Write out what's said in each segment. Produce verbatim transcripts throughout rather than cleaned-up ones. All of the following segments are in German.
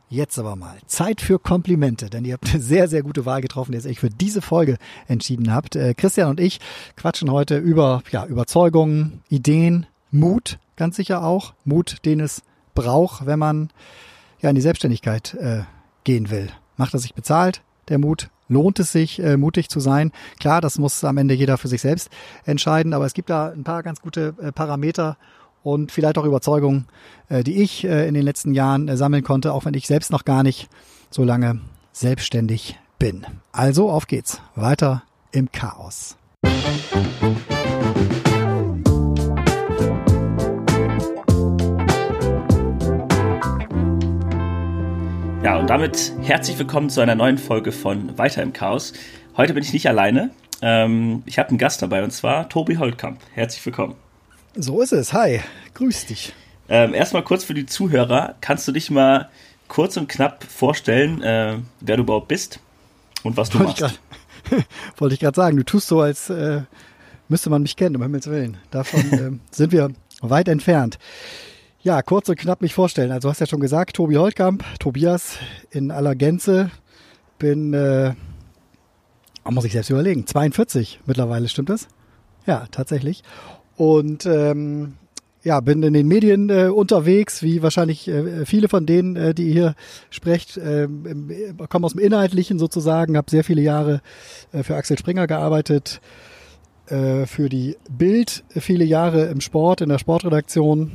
Jetzt aber mal Zeit für Komplimente, denn ihr habt eine sehr, sehr gute Wahl getroffen, die ihr euch für diese Folge entschieden habt. Äh, Christian und ich quatschen heute über ja, Überzeugungen, Ideen, Mut, ganz sicher auch. Mut, den es braucht, wenn man ja in die Selbstständigkeit äh, gehen will. Macht er sich bezahlt, der Mut? Lohnt es sich, äh, mutig zu sein? Klar, das muss am Ende jeder für sich selbst entscheiden, aber es gibt da ein paar ganz gute äh, Parameter und vielleicht auch Überzeugungen, äh, die ich äh, in den letzten Jahren äh, sammeln konnte, auch wenn ich selbst noch gar nicht so lange selbstständig bin. Also auf geht's, weiter im Chaos. Ja, und damit herzlich willkommen zu einer neuen Folge von Weiter im Chaos. Heute bin ich nicht alleine. Ähm, ich habe einen Gast dabei, und zwar Tobi Holtkamp. Herzlich willkommen. So ist es. Hi, grüß dich. Ähm, erstmal kurz für die Zuhörer. Kannst du dich mal kurz und knapp vorstellen, äh, wer du überhaupt bist und was du Wollte machst? Ich grad, wollte ich gerade sagen. Du tust so, als äh, müsste man mich kennen, um Himmels Willen. Davon äh, sind wir weit entfernt. Ja, kurz und knapp mich vorstellen. Also du hast ja schon gesagt, Tobi Holtkamp, Tobias in aller Gänze. Bin, äh, muss ich selbst überlegen, zweiundvierzig mittlerweile, stimmt das? Ja, tatsächlich. Und ähm, ja, bin in den Medien äh, unterwegs, wie wahrscheinlich äh, viele von denen, äh, die ihr hier sprecht, äh, komme aus dem Inhaltlichen sozusagen, habe sehr viele Jahre äh, für Axel Springer gearbeitet, äh, für die Bild viele Jahre im Sport, in der Sportredaktion,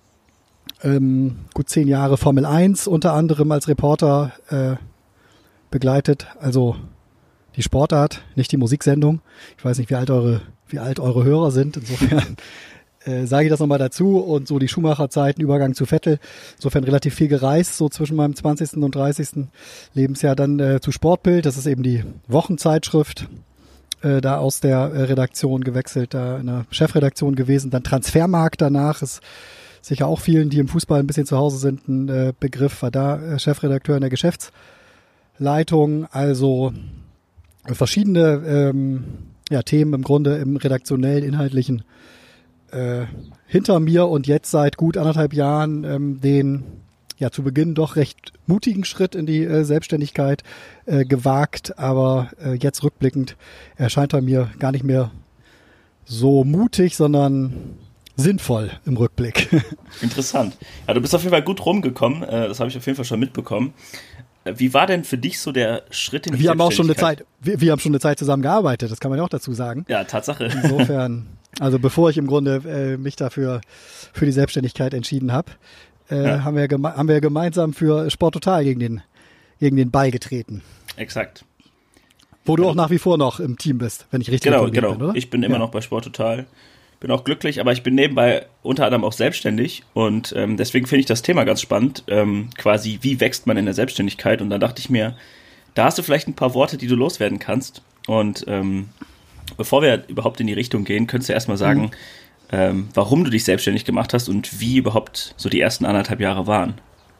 ähm, gut zehn Jahre Formel eins unter anderem als Reporter äh, begleitet, also die Sportart, nicht die Musiksendung. Ich weiß nicht, wie alt eure, wie alt eure Hörer sind. Insofern äh, sage ich das nochmal dazu. Und so die Schumacher-Zeiten, Übergang zu Vettel. Insofern relativ viel gereist, so zwischen meinem zwanzigsten und dreißigsten Lebensjahr. Dann äh, zu Sportbild, das ist eben die Wochenzeitschrift. Äh, da aus der äh, Redaktion gewechselt, da in der Chefredaktion gewesen. Dann Transfermarkt danach, ist sicher auch vielen, die im Fußball ein bisschen zu Hause sind, ein äh, Begriff. War da äh, Chefredakteur in der Geschäftsleitung. Also verschiedene ähm, ja, Themen im Grunde im redaktionellen, inhaltlichen äh, hinter mir und jetzt seit gut anderthalb Jahren ähm, den ja zu Beginn doch recht mutigen Schritt in die äh, Selbstständigkeit äh, gewagt, aber äh, jetzt rückblickend erscheint er mir gar nicht mehr so mutig, sondern sinnvoll im Rückblick. Interessant. Ja, du bist auf jeden Fall gut rumgekommen, äh, das habe ich auf jeden Fall schon mitbekommen. Wie war denn für dich so der Schritt in die wir haben auch schon eine Selbstständigkeit? Zeit, wir, wir haben schon eine Zeit zusammen gearbeitet, das kann man ja auch dazu sagen. Ja, Tatsache. Insofern, also bevor ich im Grunde äh, mich dafür für die Selbstständigkeit entschieden habe, äh, ja. haben wir geme- haben wir gemeinsam für Sport Total gegen den gegen den Ball getreten. Exakt. Wo du also, auch nach wie vor noch im Team bist, wenn ich richtig genau, informiert genau. bin, oder? Ich bin immer ja. noch bei Sport Total. Bin auch glücklich, aber ich bin nebenbei unter anderem auch selbstständig und ähm, deswegen finde ich das Thema ganz spannend, ähm, quasi wie wächst man in der Selbstständigkeit, und dann dachte ich mir, da hast du vielleicht ein paar Worte, die du loswerden kannst, und ähm, bevor wir überhaupt in die Richtung gehen, könntest du erstmal sagen, mhm. ähm, warum du dich selbstständig gemacht hast und wie überhaupt so die ersten anderthalb Jahre waren.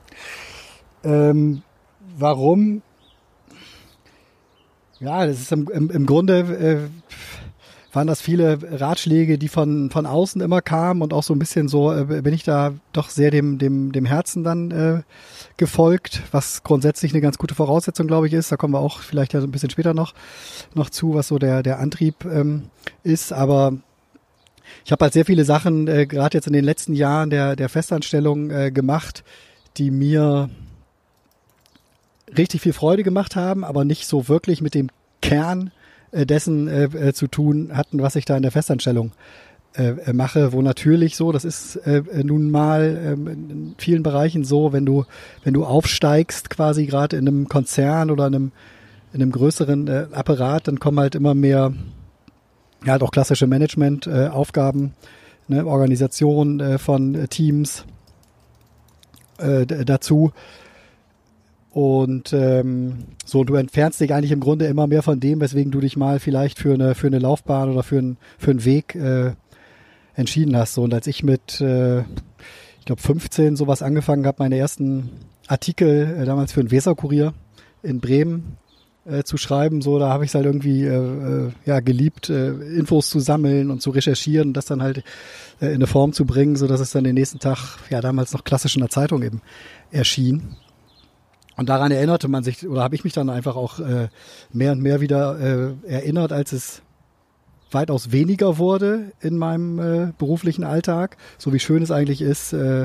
Ähm, warum? Ja, das ist im, im, im Grunde... Äh, waren das viele Ratschläge, die von von außen immer kamen, und auch so ein bisschen so äh, bin ich da doch sehr dem dem dem Herzen dann äh, gefolgt, was grundsätzlich eine ganz gute Voraussetzung, glaube ich, ist. Da kommen wir auch vielleicht ja so ein bisschen später noch noch zu, was so der der Antrieb ähm, ist. Aber ich habe halt sehr viele Sachen, äh, gerade jetzt in den letzten Jahren der der Festanstellung äh, gemacht, die mir richtig viel Freude gemacht haben, aber nicht so wirklich mit dem Kern dessen äh, zu tun hatten, was ich da in der Festanstellung äh, mache, wo natürlich so, das ist äh, nun mal äh, in vielen Bereichen so, wenn du wenn du aufsteigst quasi gerade in einem Konzern oder in einem in einem größeren äh, Apparat, dann kommen halt immer mehr ja halt auch klassische Management-Aufgaben, äh, ne, Organisation äh, von äh, Teams äh, d- dazu. Und ähm, so, du entfernst dich eigentlich im Grunde immer mehr von dem, weswegen du dich mal vielleicht für eine für eine Laufbahn oder für einen für einen Weg äh, entschieden hast. So, und als ich mit, äh, ich glaube fünfzehn sowas angefangen habe, meine ersten Artikel äh, damals für den Weserkurier in Bremen äh, zu schreiben, so, da habe ich es halt irgendwie äh, ja geliebt, äh, Infos zu sammeln und zu recherchieren und das dann halt äh, in eine Form zu bringen, so dass es dann den nächsten Tag, ja damals noch klassisch in der Zeitung eben erschien. Und daran erinnerte man sich, oder habe ich mich dann einfach auch äh, mehr und mehr wieder äh, erinnert, als es weitaus weniger wurde in meinem äh, beruflichen Alltag, so wie schön es eigentlich ist, äh,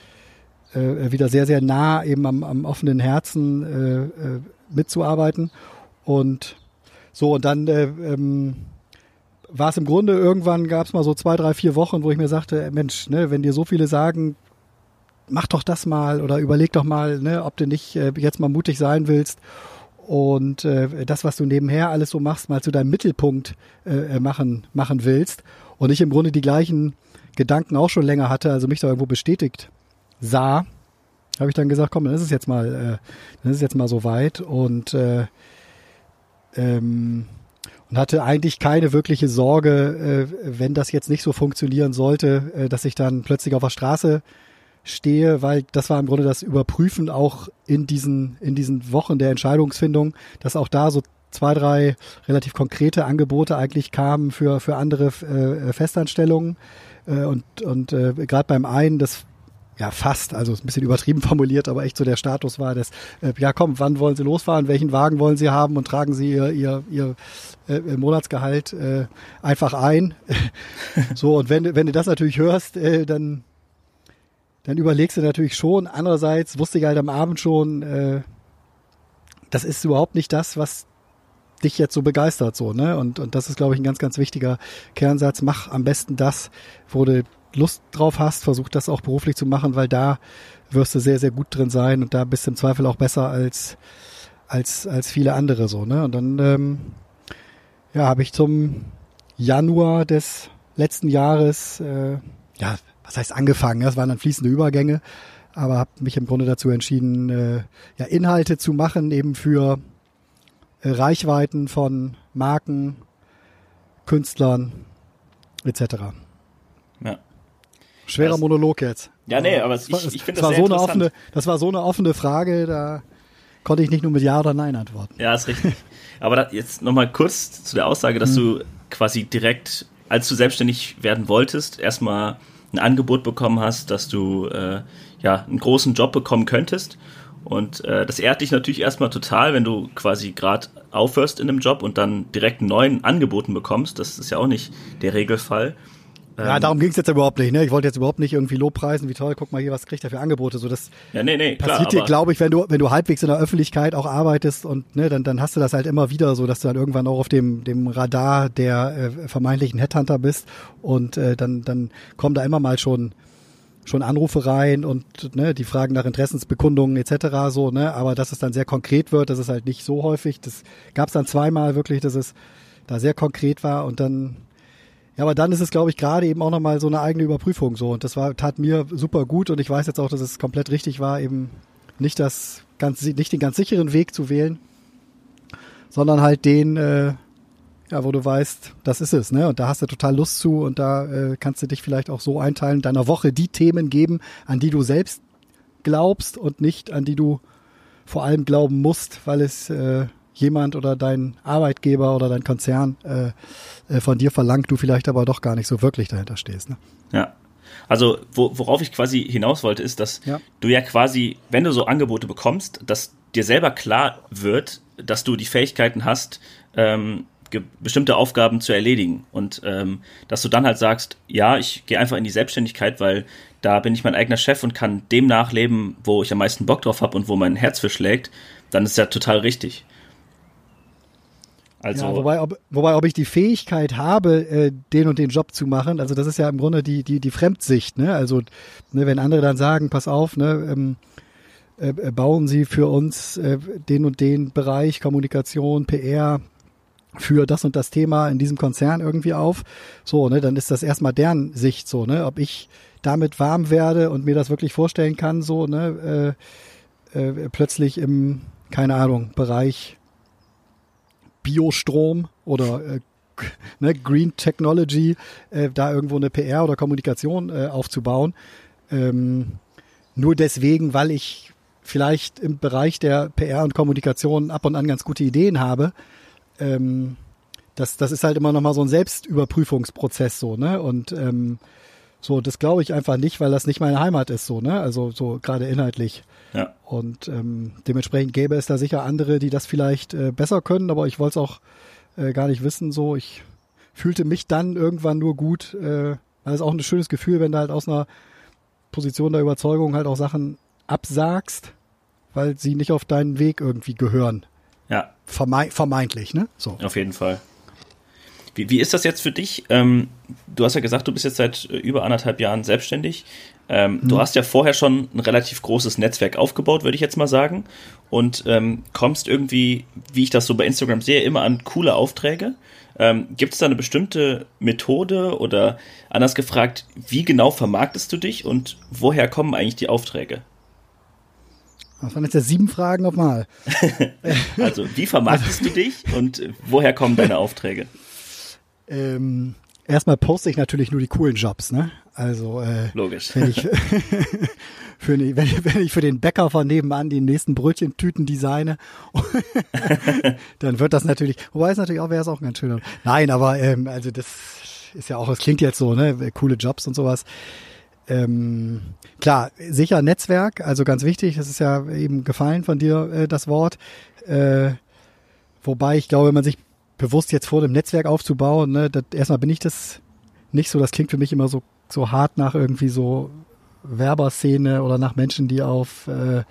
äh, wieder sehr, sehr nah eben am, am offenen Herzen äh, äh, mitzuarbeiten. Und so, und dann äh, ähm, war es im Grunde, irgendwann gab es mal so zwei, drei, vier Wochen, wo ich mir sagte, Mensch, ne, wenn dir so viele sagen, mach doch das mal oder überleg doch mal, ne, ob du nicht äh, jetzt mal mutig sein willst und äh, das, was du nebenher alles so machst, mal zu deinem Mittelpunkt äh, machen, machen willst und ich im Grunde die gleichen Gedanken auch schon länger hatte, also mich da irgendwo bestätigt sah, habe ich dann gesagt, komm, dann ist es jetzt mal, äh, dann ist es jetzt mal so weit und äh, ähm, und hatte eigentlich keine wirkliche Sorge, äh, wenn das jetzt nicht so funktionieren sollte, äh, dass ich dann plötzlich auf der Straße stehe, weil das war im Grunde das Überprüfen auch in diesen, in diesen Wochen der Entscheidungsfindung, dass auch da so zwei, drei relativ konkrete Angebote eigentlich kamen für, für andere äh, Festanstellungen. Äh, und und äh, gerade beim einen, das ja fast, also ist ein bisschen übertrieben formuliert, aber echt so der Status war, dass, äh, ja komm, wann wollen Sie losfahren, welchen Wagen wollen Sie haben und tragen Sie Ihr, Ihr, Ihr äh, Monatsgehalt äh, einfach ein. So, und wenn, wenn du das natürlich hörst, äh, dann dann überlegst du natürlich schon. Andererseits wusste ich halt am Abend schon, äh, das ist überhaupt nicht das, was dich jetzt so begeistert, so, ne? Und, und das ist, glaube ich, ein ganz, ganz wichtiger Kernsatz. Mach am besten das, wo du Lust drauf hast. Versuch das auch beruflich zu machen, weil da wirst du sehr, sehr gut drin sein und da bist du im Zweifel auch besser als, als, als viele andere, so, ne? Und dann, ähm, ja, habe ich zum Januar des letzten Jahres, äh, ja, was heißt angefangen, das waren dann fließende Übergänge, aber habe mich im Grunde dazu entschieden, äh, ja, Inhalte zu machen, eben für äh, Reichweiten von Marken, Künstlern et cetera. Ja. Schwerer das, Monolog jetzt. Ja, nee, aber es, ich, ich finde das, das sehr sehr so interessant. Eine offene, das war so eine offene Frage, da konnte ich nicht nur mit Ja oder Nein antworten. Ja, ist richtig. Aber da, jetzt nochmal kurz zu der Aussage, dass hm. du quasi direkt, als du selbstständig werden wolltest, erstmal ein Angebot bekommen hast, dass du äh, ja einen großen Job bekommen könntest. Und äh, das ehrt dich natürlich erstmal total, wenn du quasi gerade aufhörst in einem Job und dann direkt einen neuen angeboten bekommst. Das ist ja auch nicht der Regelfall. Ja, darum ging es jetzt überhaupt nicht. Ne? Ich wollte jetzt überhaupt nicht irgendwie lobpreisen, wie toll, guck mal hier, was kriegt er für Angebote. So, das ja, nee, nee, klar, passiert dir, glaube ich, wenn du wenn du halbwegs in der Öffentlichkeit auch arbeitest und ne, dann dann hast du das halt immer wieder so, dass du dann irgendwann auch auf dem dem Radar der äh, vermeintlichen Headhunter bist und äh, dann dann kommen da immer mal schon schon Anrufe rein und ne, die fragen nach Interessensbekundungen et cetera so, ne, aber dass es dann sehr konkret wird, das ist halt nicht so häufig. Das gab es dann zweimal wirklich, dass es da sehr konkret war und dann ja, aber dann ist es, glaube ich, gerade eben auch nochmal so eine eigene Überprüfung so. Und das war, tat mir super gut und ich weiß jetzt auch, dass es komplett richtig war, eben nicht das ganz, nicht den ganz sicheren Weg zu wählen, sondern halt den, äh, ja, wo du weißt, das ist es, ne? Und da hast du total Lust zu und da äh, kannst du dich vielleicht auch so einteilen, deiner Woche die Themen geben, an die du selbst glaubst und nicht an die du vor allem glauben musst, weil es äh, jemand oder dein Arbeitgeber oder dein Konzern äh, äh, von dir verlangt, du vielleicht aber doch gar nicht so wirklich dahinter stehst. Ne? Ja, also wo, worauf ich quasi hinaus wollte, ist, dass ja. du ja quasi, wenn du so Angebote bekommst, dass dir selber klar wird, dass du die Fähigkeiten hast, ähm, ge- bestimmte Aufgaben zu erledigen und ähm, dass du dann halt sagst, ja, ich gehe einfach in die Selbstständigkeit, weil da bin ich mein eigener Chef und kann dem nachleben, wo ich am meisten Bock drauf habe und wo mein Herz für schlägt, dann ist ja total richtig. Also ja, wobei, ob, wobei, ob ich die Fähigkeit habe, äh, den und den Job zu machen, also das ist ja im Grunde die die die Fremdsicht, ne? Also ne, wenn andere dann sagen, pass auf, ne, ähm, äh, bauen Sie für uns äh, den und den Bereich Kommunikation, P R für das und das Thema in diesem Konzern irgendwie auf, so, ne, dann ist das erstmal deren Sicht so, ne, ob ich damit warm werde und mir das wirklich vorstellen kann, so, ne, äh, äh, plötzlich im, keine Ahnung, Bereich Biostrom oder äh, ne, Green Technology, äh, da irgendwo eine P R oder Kommunikation äh, aufzubauen. Ähm, nur deswegen, weil ich vielleicht im Bereich der P R und Kommunikation ab und an ganz gute Ideen habe. Ähm, das, das ist halt immer nochmal so ein Selbstüberprüfungsprozess so, ne? Und ähm, So, das glaube ich einfach nicht, weil das nicht meine Heimat ist, so, ne? Also so gerade inhaltlich. Ja. Und ähm, dementsprechend gäbe es da sicher andere, die das vielleicht äh, besser können, aber ich wollte es auch äh, gar nicht wissen. So, ich fühlte mich dann irgendwann nur gut, äh, weil es auch ein schönes Gefühl, wenn du halt aus einer Position der Überzeugung halt auch Sachen absagst, weil sie nicht auf deinen Weg irgendwie gehören. Ja. Verme- vermeintlich, ne? So. Auf jeden Fall. Wie, wie ist das jetzt für dich? Ähm, du hast ja gesagt, du bist jetzt seit über anderthalb Jahren selbstständig. Ähm, hm. Du hast ja vorher schon ein relativ großes Netzwerk aufgebaut, würde ich jetzt mal sagen. Und ähm, kommst irgendwie, wie ich das so bei Instagram sehe, immer an coole Aufträge. Ähm, gibt es da eine bestimmte Methode oder anders gefragt, wie genau vermarktest du dich und woher kommen eigentlich die Aufträge? Das waren jetzt ja sieben Fragen auf mal. Also, wie vermarktest du dich und woher kommen deine Aufträge? Ähm, erstmal poste ich natürlich nur die coolen Jobs, ne? Also, äh, logisch. Wenn ich, für, wenn, wenn ich für den Bäcker von nebenan die nächsten Brötchentüten designe, dann wird das natürlich, wobei es natürlich auch, wäre es auch ganz schön. Nein, aber, ähm, also das ist ja auch, es klingt jetzt so, ne? Coole Jobs und sowas. Ähm, klar, sicher Netzwerk, also ganz wichtig, das ist ja eben gefallen von dir, äh, das Wort. Äh, wobei ich glaube, wenn man sich bewusst jetzt vor dem Netzwerk aufzubauen, ne, das, erstmal bin ich das nicht so, das klingt für mich immer so, so hart nach irgendwie so Werberszene oder nach Menschen, die auf, äh,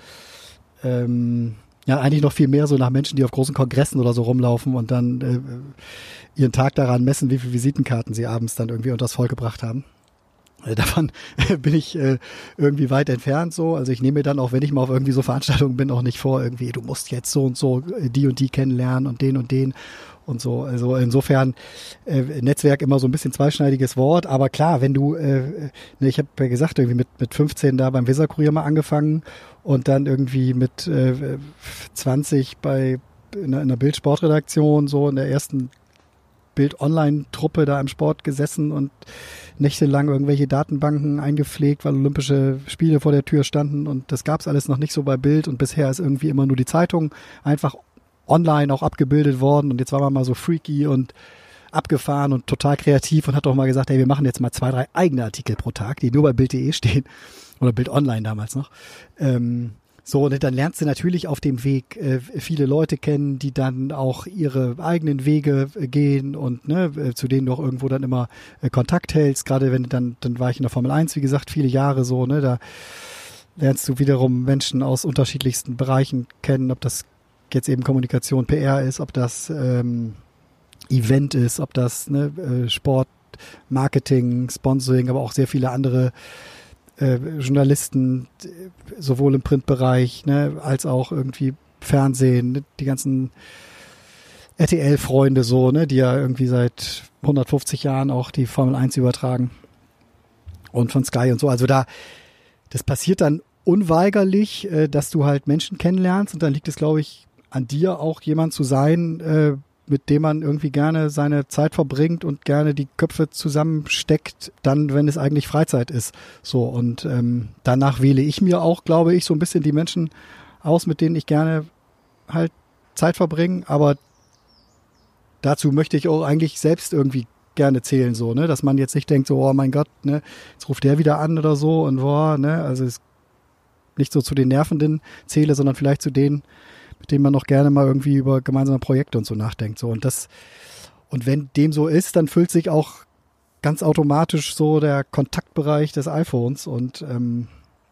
ähm, ja, eigentlich noch viel mehr so nach Menschen, die auf großen Kongressen oder so rumlaufen und dann äh, ihren Tag daran messen, wie viele Visitenkarten sie abends dann irgendwie unters Volk gebracht haben. Davon bin ich äh, irgendwie weit entfernt so. Also ich nehme mir dann auch, wenn ich mal auf irgendwie so Veranstaltungen bin, auch nicht vor, irgendwie, du musst jetzt so und so die und die kennenlernen und den und den und so. Also insofern äh, Netzwerk immer so ein bisschen zweischneidiges Wort. Aber klar, wenn du, äh, ne, ich habe ja gesagt, irgendwie mit, mit fünfzehn da beim Weserkurier mal angefangen und dann irgendwie mit äh, zwanzig bei in einer, in einer Bild-Sportredaktion so in der ersten Bild-Online-Truppe da im Sport gesessen und nächtelang irgendwelche Datenbanken eingepflegt, weil Olympische Spiele vor der Tür standen und das gab es alles noch nicht so bei Bild und bisher ist irgendwie immer nur die Zeitung einfach online auch abgebildet worden und jetzt war man mal so freaky und abgefahren und total kreativ und hat auch mal gesagt, hey, wir machen jetzt mal zwei, drei eigene Artikel pro Tag, die nur bei Bild punkt de stehen oder Bild Online damals noch. Ähm, So, und dann lernst du natürlich auf dem Weg äh, viele Leute kennen, die dann auch ihre eigenen Wege äh, gehen und ne, äh, zu denen du auch irgendwo dann immer äh, Kontakt hältst. Gerade wenn du dann, dann war ich in der Formel eins, wie gesagt, viele Jahre so, ne, da lernst du wiederum Menschen aus unterschiedlichsten Bereichen kennen, ob das jetzt eben Kommunikation, P R ist, ob das ähm, Event ist, ob das ne, äh, Sport, Marketing, Sponsoring, aber auch sehr viele andere Äh, Journalisten, sowohl im Printbereich, ne, als auch irgendwie Fernsehen, ne, die ganzen R T L-Freunde so, ne, die ja irgendwie seit hundertfünfzig Jahren auch die Formel eins übertragen und von Sky und so. Also da, das passiert dann unweigerlich, äh, dass du halt Menschen kennenlernst und dann liegt es, glaube ich, an dir auch jemand zu sein, äh, mit dem man irgendwie gerne seine Zeit verbringt und gerne die Köpfe zusammensteckt, dann, wenn es eigentlich Freizeit ist. So, und ähm, danach wähle ich mir auch, glaube ich, so ein bisschen die Menschen aus, mit denen ich gerne halt Zeit verbringe, aber dazu möchte ich auch eigentlich selbst irgendwie gerne zählen, so, ne, dass man jetzt nicht denkt, so, oh mein Gott, ne, jetzt ruft der wieder an oder so und boah, ne, also es nicht so zu den Nervenden zähle, sondern vielleicht zu denen, mit dem man noch gerne mal irgendwie über gemeinsame Projekte und so nachdenkt. So. Und das, und wenn dem so ist, dann füllt sich auch ganz automatisch so der Kontaktbereich des iPhones und ähm,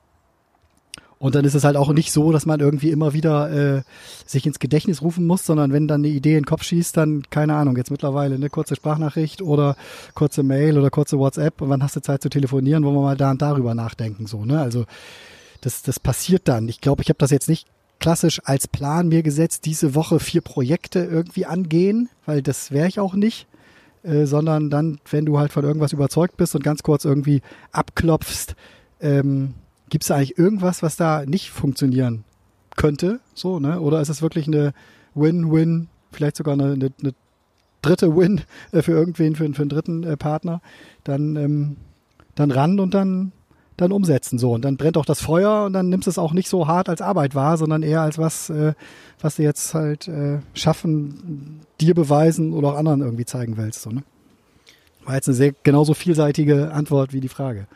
und dann ist es halt auch nicht so, dass man irgendwie immer wieder äh, sich ins Gedächtnis rufen muss, sondern wenn dann eine Idee in den Kopf schießt, dann, keine Ahnung, jetzt mittlerweile eine kurze Sprachnachricht oder kurze Mail oder kurze WhatsApp und wann hast du Zeit zu telefonieren, wollen wir mal da und darüber nachdenken. So, ne? Also das, das passiert dann. Ich glaube, ich habe das jetzt nicht klassisch als Plan mir gesetzt, diese Woche vier Projekte irgendwie angehen, weil das wäre ich auch nicht, äh, sondern dann, wenn du halt von irgendwas überzeugt bist und ganz kurz irgendwie abklopfst, ähm, gibt es da eigentlich irgendwas, was da nicht funktionieren könnte, so, ne? Oder ist es wirklich eine Win-Win, vielleicht sogar eine, eine, eine dritte Win äh, für irgendwen, für, für einen dritten äh, Partner, dann, ähm, dann ran und dann dann umsetzen, so. Und dann brennt auch das Feuer und dann nimmst du es auch nicht so hart als Arbeit wahr, sondern eher als was, äh, was du jetzt halt äh, schaffen, dir beweisen oder auch anderen irgendwie zeigen willst, so, ne? War jetzt eine sehr genauso vielseitige Antwort wie die Frage.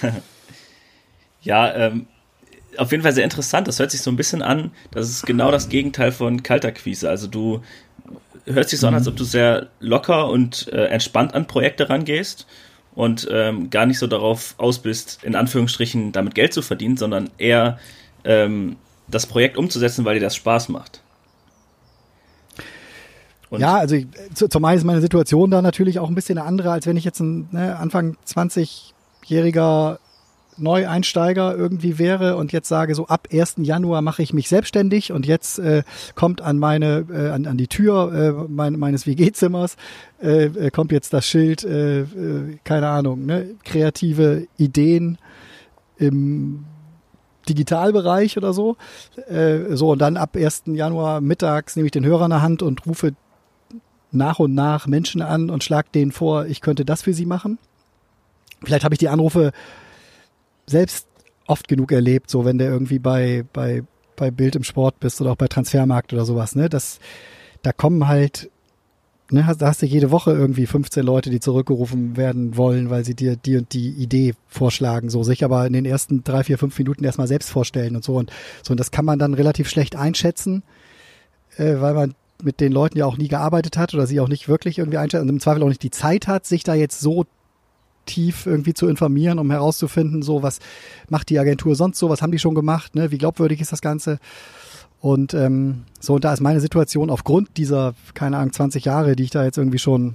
Ja, ähm, auf jeden Fall sehr interessant. Das hört sich so ein bisschen an, das ist genau das Gegenteil von Kaltakquise. Also du hört sich so an, als ob du sehr locker und äh, entspannt an Projekte rangehst und ähm, gar nicht so darauf aus bist, in Anführungsstrichen damit Geld zu verdienen, sondern eher ähm, das Projekt umzusetzen, weil dir das Spaß macht. Und ja, also ich, zu, zum einen ist meine Situation da natürlich auch ein bisschen eine andere, als wenn ich jetzt ein ne, Anfang zwanzigjähriger Neueinsteiger irgendwie wäre und jetzt sage, so ab ersten Januar mache ich mich selbstständig und jetzt äh, kommt an meine äh, an, an die Tür äh, mein, meines W G-Zimmers äh, kommt jetzt das Schild, äh, äh, keine Ahnung, ne, kreative Ideen im Digitalbereich oder so. Äh, so und dann ab ersten Januar mittags nehme ich den Hörer in der Hand und rufe nach und nach Menschen an und schlage denen vor, ich könnte das für sie machen. Vielleicht habe ich die Anrufe selbst oft genug erlebt, so wenn der irgendwie bei, bei, bei Bild im Sport bist oder auch bei Transfermarkt oder sowas, ne, das, da kommen halt, ne, da hast du jede Woche irgendwie fünfzehn Leute, die zurückgerufen werden wollen, weil sie dir die und die Idee vorschlagen, so sich aber in den ersten drei, vier, fünf Minuten erstmal selbst vorstellen und so und so und das kann man dann relativ schlecht einschätzen, äh, weil man mit den Leuten ja auch nie gearbeitet hat oder sie auch nicht wirklich irgendwie einschätzen und im Zweifel auch nicht die Zeit hat, sich da jetzt so tief irgendwie zu informieren, um herauszufinden, so was macht die Agentur sonst so, was haben die schon gemacht, ne? Wie glaubwürdig ist das Ganze? Und ähm, so, und da ist meine Situation aufgrund dieser, keine Ahnung, zwanzig Jahre, die ich da jetzt irgendwie schon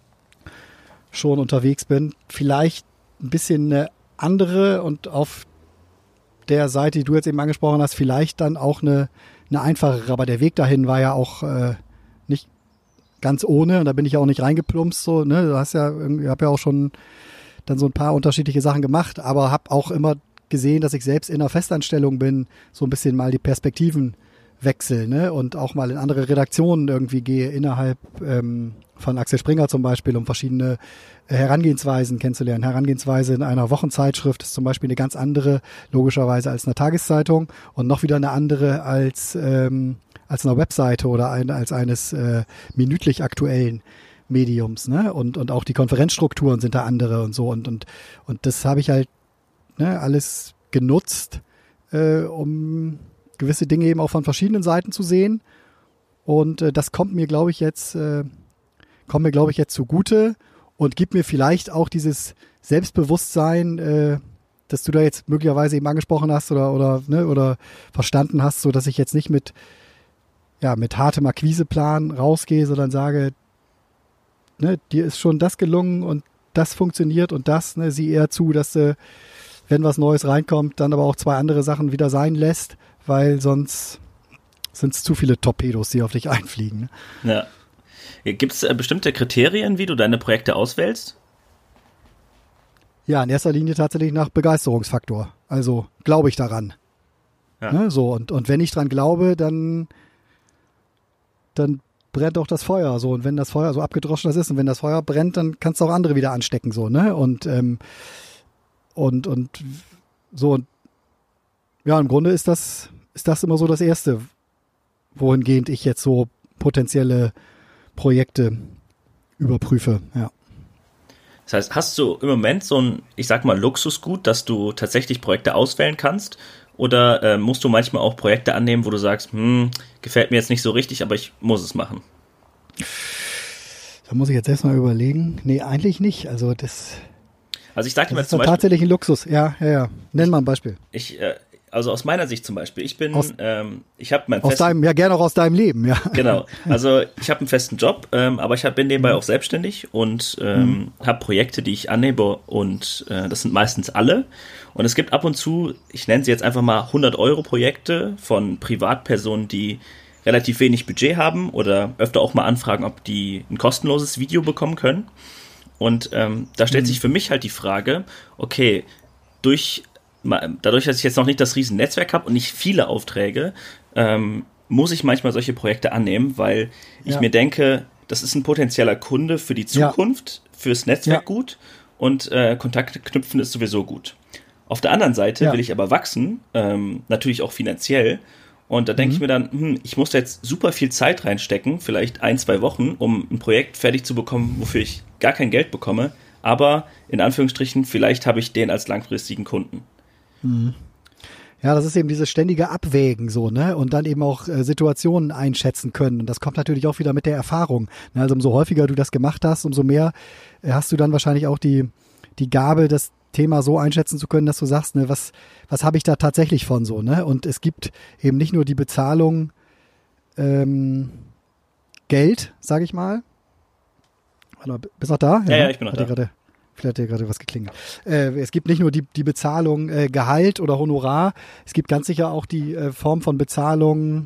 schon unterwegs bin, vielleicht ein bisschen eine andere und auf der Seite, die du jetzt eben angesprochen hast, vielleicht dann auch eine, eine einfachere, aber der Weg dahin war ja auch äh, nicht ganz ohne und da bin ich ja auch nicht reingeplumpst, so, ne, du hast ja, ich habe ja auch schon dann so ein paar unterschiedliche Sachen gemacht, aber habe auch immer gesehen, dass ich selbst in einer Festanstellung bin, so ein bisschen mal die Perspektiven wechsel, ne, und auch mal in andere Redaktionen irgendwie gehe, innerhalb ähm, von Axel Springer zum Beispiel, um verschiedene Herangehensweisen kennenzulernen. Herangehensweise in einer Wochenzeitschrift ist zum Beispiel eine ganz andere, logischerweise, als eine Tageszeitung und noch wieder eine andere als ähm, als einer Webseite oder ein, als eines äh, minütlich aktuellen Mediums, ne? Und und auch die Konferenzstrukturen sind da andere und so und und und das habe ich halt, ne, alles genutzt, äh, um gewisse Dinge eben auch von verschiedenen Seiten zu sehen und äh, das kommt mir, glaube ich, jetzt äh, kommt mir, glaube ich, jetzt zugute und gibt mir vielleicht auch dieses Selbstbewusstsein, äh, dass du da jetzt möglicherweise eben angesprochen hast oder oder ne, oder verstanden hast, so dass ich jetzt nicht mit ja, mit hartem Akquiseplan rausgehe, sondern sage, ne, dir ist schon das gelungen und das funktioniert und das, ne, sieh eher zu, dass du, wenn was Neues reinkommt, dann aber auch zwei andere Sachen wieder sein lässt, weil sonst sind es zu viele Torpedos, die auf dich einfliegen. Ne? Ja. Gibt es äh, bestimmte Kriterien, wie du deine Projekte auswählst? Ja, in erster Linie tatsächlich nach Begeisterungsfaktor. Also glaube ich daran. Ja. Ne, so, und, und wenn ich dran glaube, dann dann brennt auch das Feuer so und wenn das Feuer so abgedroschen das ist und wenn das Feuer brennt, dann kannst du auch andere wieder anstecken so, ne, und ähm, und und so und ja, im Grunde ist das ist das immer so das Erste, wohingehend ich jetzt so potenzielle Projekte überprüfe, ja. Das heißt, hast du im Moment so ein, ich sag mal, Luxusgut, dass du tatsächlich Projekte auswählen kannst? Oder äh, musst du manchmal auch Projekte annehmen, wo du sagst, hm, gefällt mir jetzt nicht so richtig, aber ich muss es machen? Da muss ich jetzt erstmal überlegen. Nee, eigentlich nicht. Also das, also ich sag dir das mal ist zum Beispiel, tatsächlich ein Luxus. Ja, ja, ja. Nenn mal ein Beispiel. Ich, äh, also aus meiner Sicht zum Beispiel, ich bin, aus, ähm, ich habe mein aus deinem, ja gerne auch aus deinem Leben, ja. Genau, also ich habe einen festen Job, ähm, aber ich hab, bin nebenbei mhm. auch selbstständig und ähm, mhm. habe Projekte, die ich annehme und äh, das sind meistens alle. Und es gibt ab und zu, ich nenne sie jetzt einfach mal hundert Euro Projekte von Privatpersonen, die relativ wenig Budget haben oder öfter auch mal anfragen, ob die ein kostenloses Video bekommen können. Und ähm, da stellt mhm. sich für mich halt die Frage, okay, durch dadurch, dass ich jetzt noch nicht das riesen Netzwerk habe und nicht viele Aufträge, ähm, muss ich manchmal solche Projekte annehmen, weil ich ja. mir denke, das ist ein potenzieller Kunde für die Zukunft, ja. fürs Netzwerk ja. gut und äh, Kontakte knüpfen ist sowieso gut. Auf der anderen Seite ja. will ich aber wachsen, ähm, natürlich auch finanziell Und da denke Mhm. ich mir dann, hm, ich muss da jetzt super viel Zeit reinstecken, vielleicht ein, zwei Wochen, um ein Projekt fertig zu bekommen, wofür ich gar kein Geld bekomme. Aber in Anführungsstrichen, vielleicht habe ich den als langfristigen Kunden. Ja, das ist eben dieses ständige Abwägen so, ne? Und dann eben auch äh, Situationen einschätzen können. Und das kommt natürlich auch wieder mit der Erfahrung. Ne? Also umso häufiger du das gemacht hast, umso mehr äh, hast du dann wahrscheinlich auch die, die Gabe, das Thema so einschätzen zu können, dass du sagst, ne, was, was habe ich da tatsächlich von so, ne? Und es gibt eben nicht nur die Bezahlung ähm, Geld, sage ich mal. Hallo, bist du noch da? Ja, ja, ich bin noch Hat da. dir gerade, vielleicht hat dir gerade was geklingelt. Äh, es gibt nicht nur die, die Bezahlung äh, Gehalt oder Honorar, es gibt ganz sicher auch die äh, Form von Bezahlung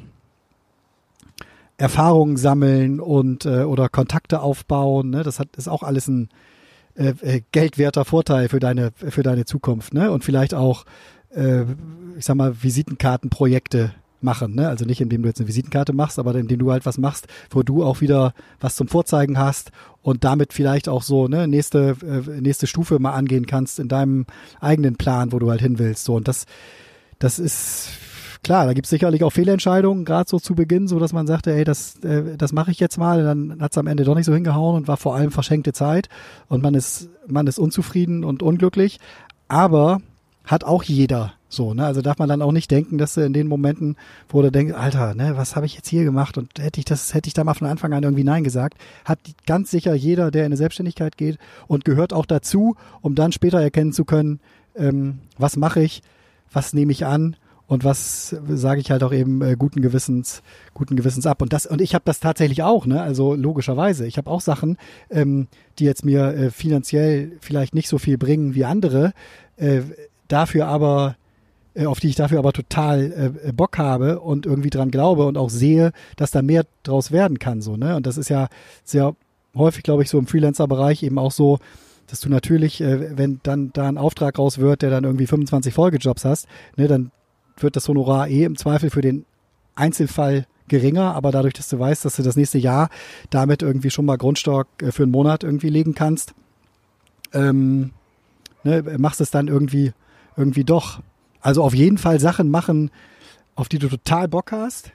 Erfahrungen sammeln und äh, oder Kontakte aufbauen. Ne? Das hat, ist auch alles ein äh, äh, geldwerter Vorteil für deine, für deine Zukunft. Ne? Und vielleicht auch, äh, ich sag mal, Visitenkartenprojekte machen. Ne? Also nicht, indem du jetzt eine Visitenkarte machst, aber indem du halt was machst, wo du auch wieder was zum Vorzeigen hast und damit vielleicht auch so ne nächste äh, nächste Stufe mal angehen kannst in deinem eigenen Plan, wo du halt hin willst. So und das das ist klar, da gibt es sicherlich auch Fehlentscheidungen, gerade so zu Beginn, so dass man sagte, ey, das äh, das mache ich jetzt mal, dann hat es am Ende doch nicht so hingehauen und war vor allem verschenkte Zeit und man ist man ist unzufrieden und unglücklich, aber hat auch jeder so, ne? Also darf man dann auch nicht denken, dass du in den Momenten, wo du denkst, Alter, ne, was habe ich jetzt hier gemacht und hätte ich das, hätte ich da mal von Anfang an irgendwie Nein gesagt, hat ganz sicher jeder, der in eine Selbstständigkeit geht und gehört auch dazu, um dann später erkennen zu können, ähm, was mache ich, was nehme ich an und was sage ich halt auch eben äh, guten Gewissens, guten Gewissens ab. Und das und ich habe das tatsächlich auch, ne? Also logischerweise. Ich habe auch Sachen, ähm, die jetzt mir äh, finanziell vielleicht nicht so viel bringen wie andere, äh, dafür aber äh, auf die ich dafür aber total äh, Bock habe und irgendwie dran glaube und auch sehe, dass da mehr draus werden kann, so, ne? Und das ist ja sehr häufig, glaube ich, so im Freelancer-Bereich eben auch so, dass du natürlich, äh, wenn dann da ein Auftrag raus wird, der dann irgendwie fünfundzwanzig Folgejobs hast, ne, dann wird das Honorar eh im Zweifel für den Einzelfall geringer, aber dadurch, dass du weißt, dass du das nächste Jahr damit irgendwie schon mal Grundstock äh, für einen Monat irgendwie legen kannst, ähm, ne, machst es dann irgendwie irgendwie doch. Also auf jeden Fall Sachen machen, auf die du total Bock hast,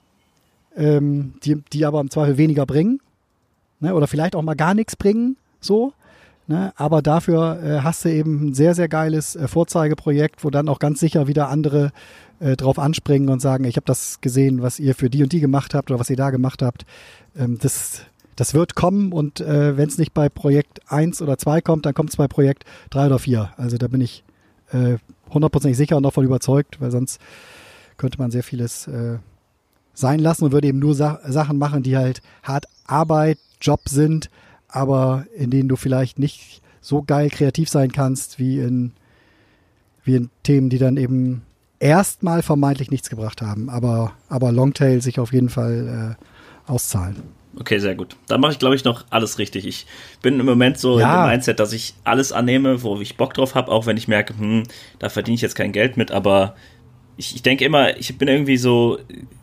ähm, die, die aber im Zweifel weniger bringen, ne, oder vielleicht auch mal gar nichts bringen, so. Ne, aber dafür äh, hast du eben ein sehr, sehr geiles äh, Vorzeigeprojekt, wo dann auch ganz sicher wieder andere äh, drauf anspringen und sagen, ich habe das gesehen, was ihr für die und die gemacht habt oder was ihr da gemacht habt. Ähm, das, das wird kommen und äh, wenn es nicht bei Projekt eins oder zwei kommt, dann kommt es bei Projekt drei oder vier. Also da bin ich äh, hundertprozentig sicher und davon überzeugt, weil sonst könnte man sehr vieles äh, sein lassen und würde eben nur Sa- Sachen machen, die halt hart Arbeit, Job sind, aber in denen du vielleicht nicht so geil kreativ sein kannst, wie in, wie in Themen, die dann eben erstmal vermeintlich nichts gebracht haben, aber, aber Longtail sich auf jeden Fall äh, auszahlen. Okay, sehr gut. Dann mache ich, glaube ich, noch alles richtig. Ich bin im Moment so Ja. in dem Mindset, dass ich alles annehme, wo ich Bock drauf habe, auch wenn ich merke, hm, da verdiene ich jetzt kein Geld mit, aber ich, ich denke immer, ich bin irgendwie so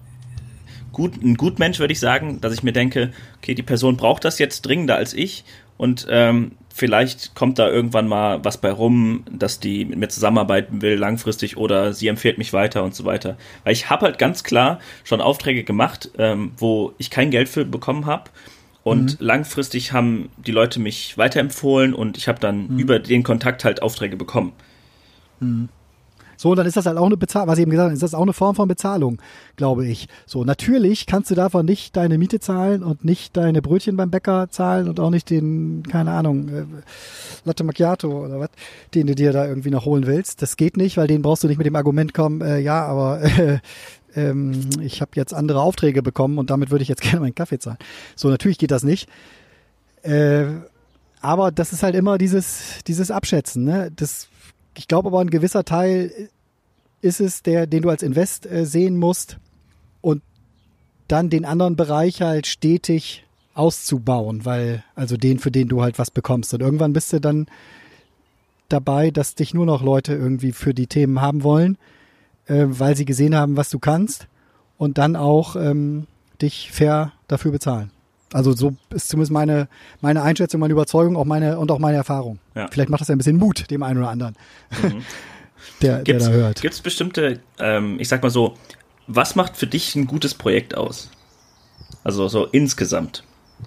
gut, ein Gutmensch, würde ich sagen, dass ich mir denke, okay, die Person braucht das jetzt dringender als ich und ähm, vielleicht kommt da irgendwann mal was bei rum, dass die mit mir zusammenarbeiten will langfristig oder sie empfiehlt mich weiter und so weiter. Weil ich habe halt ganz klar schon Aufträge gemacht, ähm, wo ich kein Geld für bekommen habe und mhm. langfristig haben die Leute mich weiterempfohlen und ich habe dann mhm. über den Kontakt halt Aufträge bekommen. Mhm. So, und dann ist das halt auch eine Bezahlung, was ich eben gesagt habe, ist das auch eine Form von Bezahlung, glaube ich. So, natürlich kannst du davon nicht deine Miete zahlen und nicht deine Brötchen beim Bäcker zahlen und auch nicht den, keine Ahnung, äh, Latte Macchiato oder was, den du dir da irgendwie noch holen willst. Das geht nicht, weil den brauchst du nicht mit dem Argument kommen, äh, ja, aber äh, ähm, ich habe jetzt andere Aufträge bekommen und damit würde ich jetzt gerne meinen Kaffee zahlen. So, natürlich geht das nicht. Äh, aber das ist halt immer dieses, dieses Abschätzen, ne? Das Ich glaube aber, ein gewisser Teil ist es, der, den du als Invest äh, sehen musst und dann den anderen Bereich halt stetig auszubauen, weil, also den, für den du halt was bekommst. Und irgendwann bist du dann dabei, dass dich nur noch Leute irgendwie für die Themen haben wollen, äh, weil sie gesehen haben, was du kannst und dann auch ähm, dich fair dafür bezahlen. Also so ist zumindest meine, meine Einschätzung, meine Überzeugung auch meine, und auch meine Erfahrung. Ja. Vielleicht macht das ja ein bisschen Mut dem einen oder anderen, mhm. der, der da hört. Gibt es bestimmte, ähm, ich sag mal so, was macht für dich ein gutes Projekt aus? Also so insgesamt.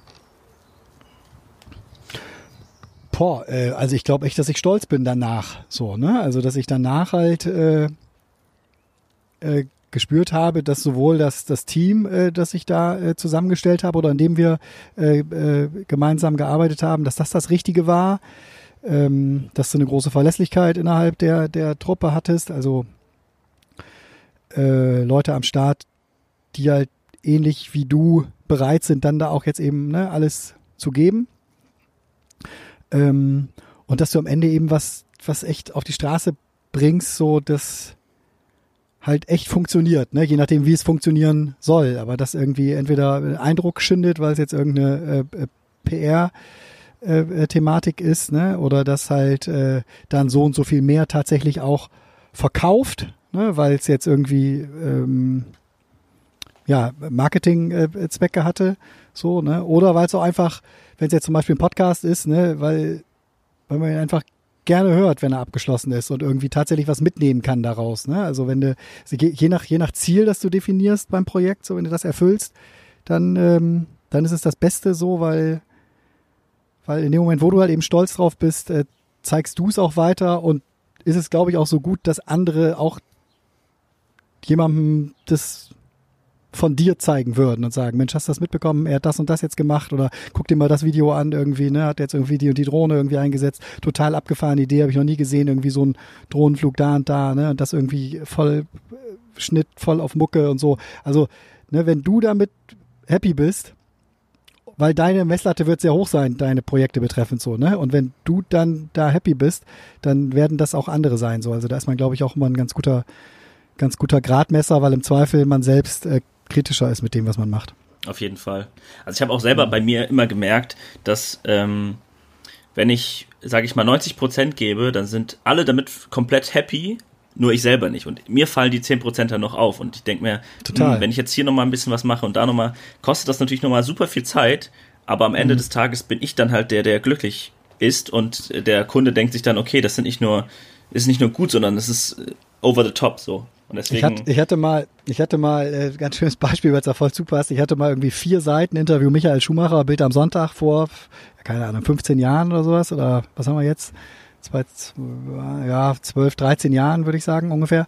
Boah, äh, also ich glaube echt, dass ich stolz bin danach. So, ne? Also dass ich danach halt äh, äh, gespürt habe, dass sowohl das, das Team, äh, das ich da äh, zusammengestellt habe oder an dem wir äh, äh, gemeinsam gearbeitet haben, dass das das Richtige war, ähm, dass du eine große Verlässlichkeit innerhalb der, der Truppe hattest, also äh, Leute am Start, die halt ähnlich wie du bereit sind, dann da auch jetzt eben ne, alles zu geben. Ähm, und dass du am Ende eben was, was echt auf die Straße bringst, so dass halt echt funktioniert, ne? Je nachdem, wie es funktionieren soll. Aber das irgendwie entweder Eindruck schindet, weil es jetzt irgendeine äh, P R-Thematik äh, ist, ne? Oder dass halt äh, dann so und so viel mehr tatsächlich auch verkauft, ne? Weil es jetzt irgendwie ähm, ja Marketing-Zwecke hatte, so, ne? Oder weil es auch einfach, wenn es jetzt zum Beispiel ein Podcast ist, ne? Weil, weil man ihn einfach gerne hört, wenn er abgeschlossen ist und irgendwie tatsächlich was mitnehmen kann daraus. Ne? Also wenn du, je nach, je nach Ziel, das du definierst beim Projekt, so wenn du das erfüllst, dann, ähm, dann ist es das Beste so, weil, weil in dem Moment, wo du halt eben stolz drauf bist, äh, zeigst du es auch weiter und ist es, glaube ich, auch so gut, dass andere auch jemandem das von dir zeigen würden und sagen, Mensch, hast du das mitbekommen? Er hat das und das jetzt gemacht oder guck dir mal das Video an irgendwie, ne? Hat jetzt irgendwie die und die Drohne irgendwie eingesetzt. Total abgefahrene Idee, habe ich noch nie gesehen, irgendwie so ein Drohnenflug da und da, ne? Und das irgendwie voll äh, Schnitt, voll auf Mucke und so. Also, ne, wenn du damit happy bist, weil deine Messlatte wird sehr hoch sein, deine Projekte betreffend so, ne? Und wenn du dann da happy bist, dann werden das auch andere sein, so. Also da ist man, glaube ich, auch immer ein ganz guter, ganz guter Gradmesser, weil im Zweifel man selbst äh, kritischer ist mit dem, was man macht. Auf jeden Fall. Also ich habe auch selber bei mir immer gemerkt, dass ähm, wenn ich, sage ich mal, neunzig Prozent gebe, dann sind alle damit komplett happy, nur ich selber nicht. Und mir fallen die zehn Prozent dann noch auf. Und ich denke mir, mh, wenn ich jetzt hier nochmal ein bisschen was mache und da nochmal, kostet das natürlich nochmal super viel Zeit, aber am Ende mhm. des Tages bin ich dann halt der, der glücklich ist und der Kunde denkt sich dann, okay, das sind nicht nur, ist nicht nur gut, sondern es ist over the top so. Und deswegen ich, hatte, ich hatte mal, ich hatte mal, äh, ganz schönes Beispiel, weil es da voll super ist. Ich hatte mal irgendwie vier Seiten Interview Michael Schumacher, Bild am Sonntag vor, keine Ahnung, fünfzehn Jahren oder sowas. Oder was haben wir jetzt? Zwei, ja, zwölf, dreizehn Jahren, würde ich sagen, ungefähr.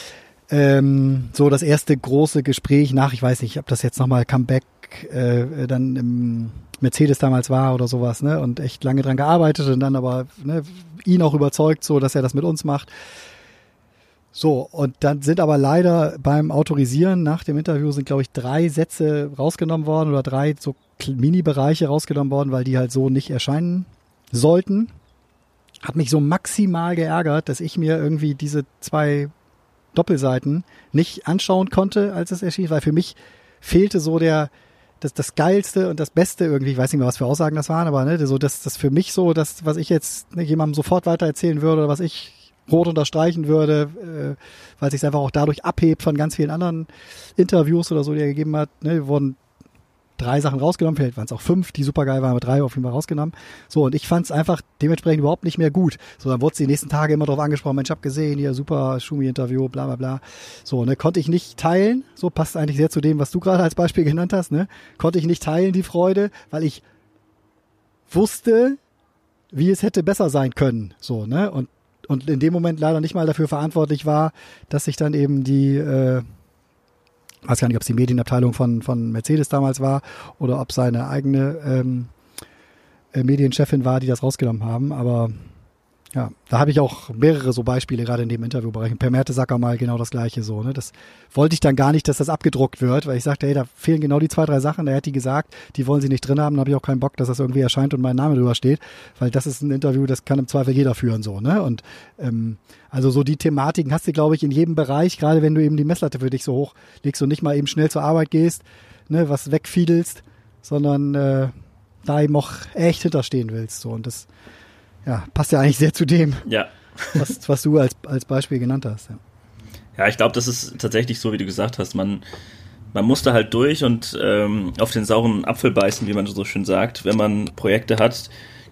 Ähm, so das erste große Gespräch nach, ich weiß nicht, ob das jetzt nochmal Comeback äh, dann im Mercedes damals war oder sowas, ne? Und echt lange dran gearbeitet und dann aber ne, ihn auch überzeugt, so dass er das mit uns macht. So, und dann sind aber leider beim Autorisieren nach dem Interview sind, glaube ich, drei Sätze rausgenommen worden oder drei so Mini-Bereiche rausgenommen worden, weil die halt so nicht erscheinen sollten. Hat mich so maximal geärgert, dass ich mir irgendwie diese zwei Doppelseiten nicht anschauen konnte, als es erschien, weil für mich fehlte so der, das, das Geilste und das Beste irgendwie, ich weiß nicht mehr, was für Aussagen das waren, aber ne, so das, das für mich so, das, was ich jetzt ne, jemandem sofort weitererzählen würde oder was ich rot unterstreichen würde, äh, weil sich es einfach auch dadurch abhebt von ganz vielen anderen Interviews oder so, die er gegeben hat. Ne, wurden drei Sachen rausgenommen, vielleicht waren es auch fünf, die super geil waren, aber drei auf jeden Fall rausgenommen. So, und ich fand es einfach dementsprechend überhaupt nicht mehr gut. So, dann wurde es die nächsten Tage immer darauf angesprochen, Mensch, ich hab gesehen, hier super Schumi-Interview, bla bla bla. So, ne, konnte ich nicht teilen, so passt eigentlich sehr zu dem, was du gerade als Beispiel genannt hast, ne, konnte ich nicht teilen, die Freude, weil ich wusste, wie es hätte besser sein können, so, ne, und Und in dem Moment leider nicht mal dafür verantwortlich war, dass sich dann eben die, äh, weiß gar nicht, ob es die Medienabteilung von, von Mercedes damals war oder ob seine eigene ähm, äh, Medienchefin war, die das rausgenommen haben. Aber ja, da habe ich auch mehrere so Beispiele, gerade in dem Interviewbereich. Per Mertesacker mal genau das Gleiche so. Ne? Das wollte ich dann gar nicht, dass das abgedruckt wird, weil ich sagte, hey, da fehlen genau die zwei, drei Sachen. Da hat die gesagt, die wollen sie nicht drin haben. Da habe ich auch keinen Bock, dass das irgendwie erscheint und mein Name drüber steht, weil das ist ein Interview, das kann im Zweifel jeder führen so. Ne? Und ähm, also so die Thematiken hast du, glaube ich, in jedem Bereich, gerade wenn du eben die Messlatte für dich so hoch legst und nicht mal eben schnell zur Arbeit gehst, ne, was wegfiedelst, sondern äh, da eben auch echt hinterstehen willst. So. Und das ja, passt ja eigentlich sehr zu dem, ja. was, was du als, als Beispiel genannt hast. Ja, ja ich glaube, das ist tatsächlich so, wie du gesagt hast. Man, man muss da halt durch und ähm, auf den sauren Apfel beißen, wie man so schön sagt, wenn man Projekte hat,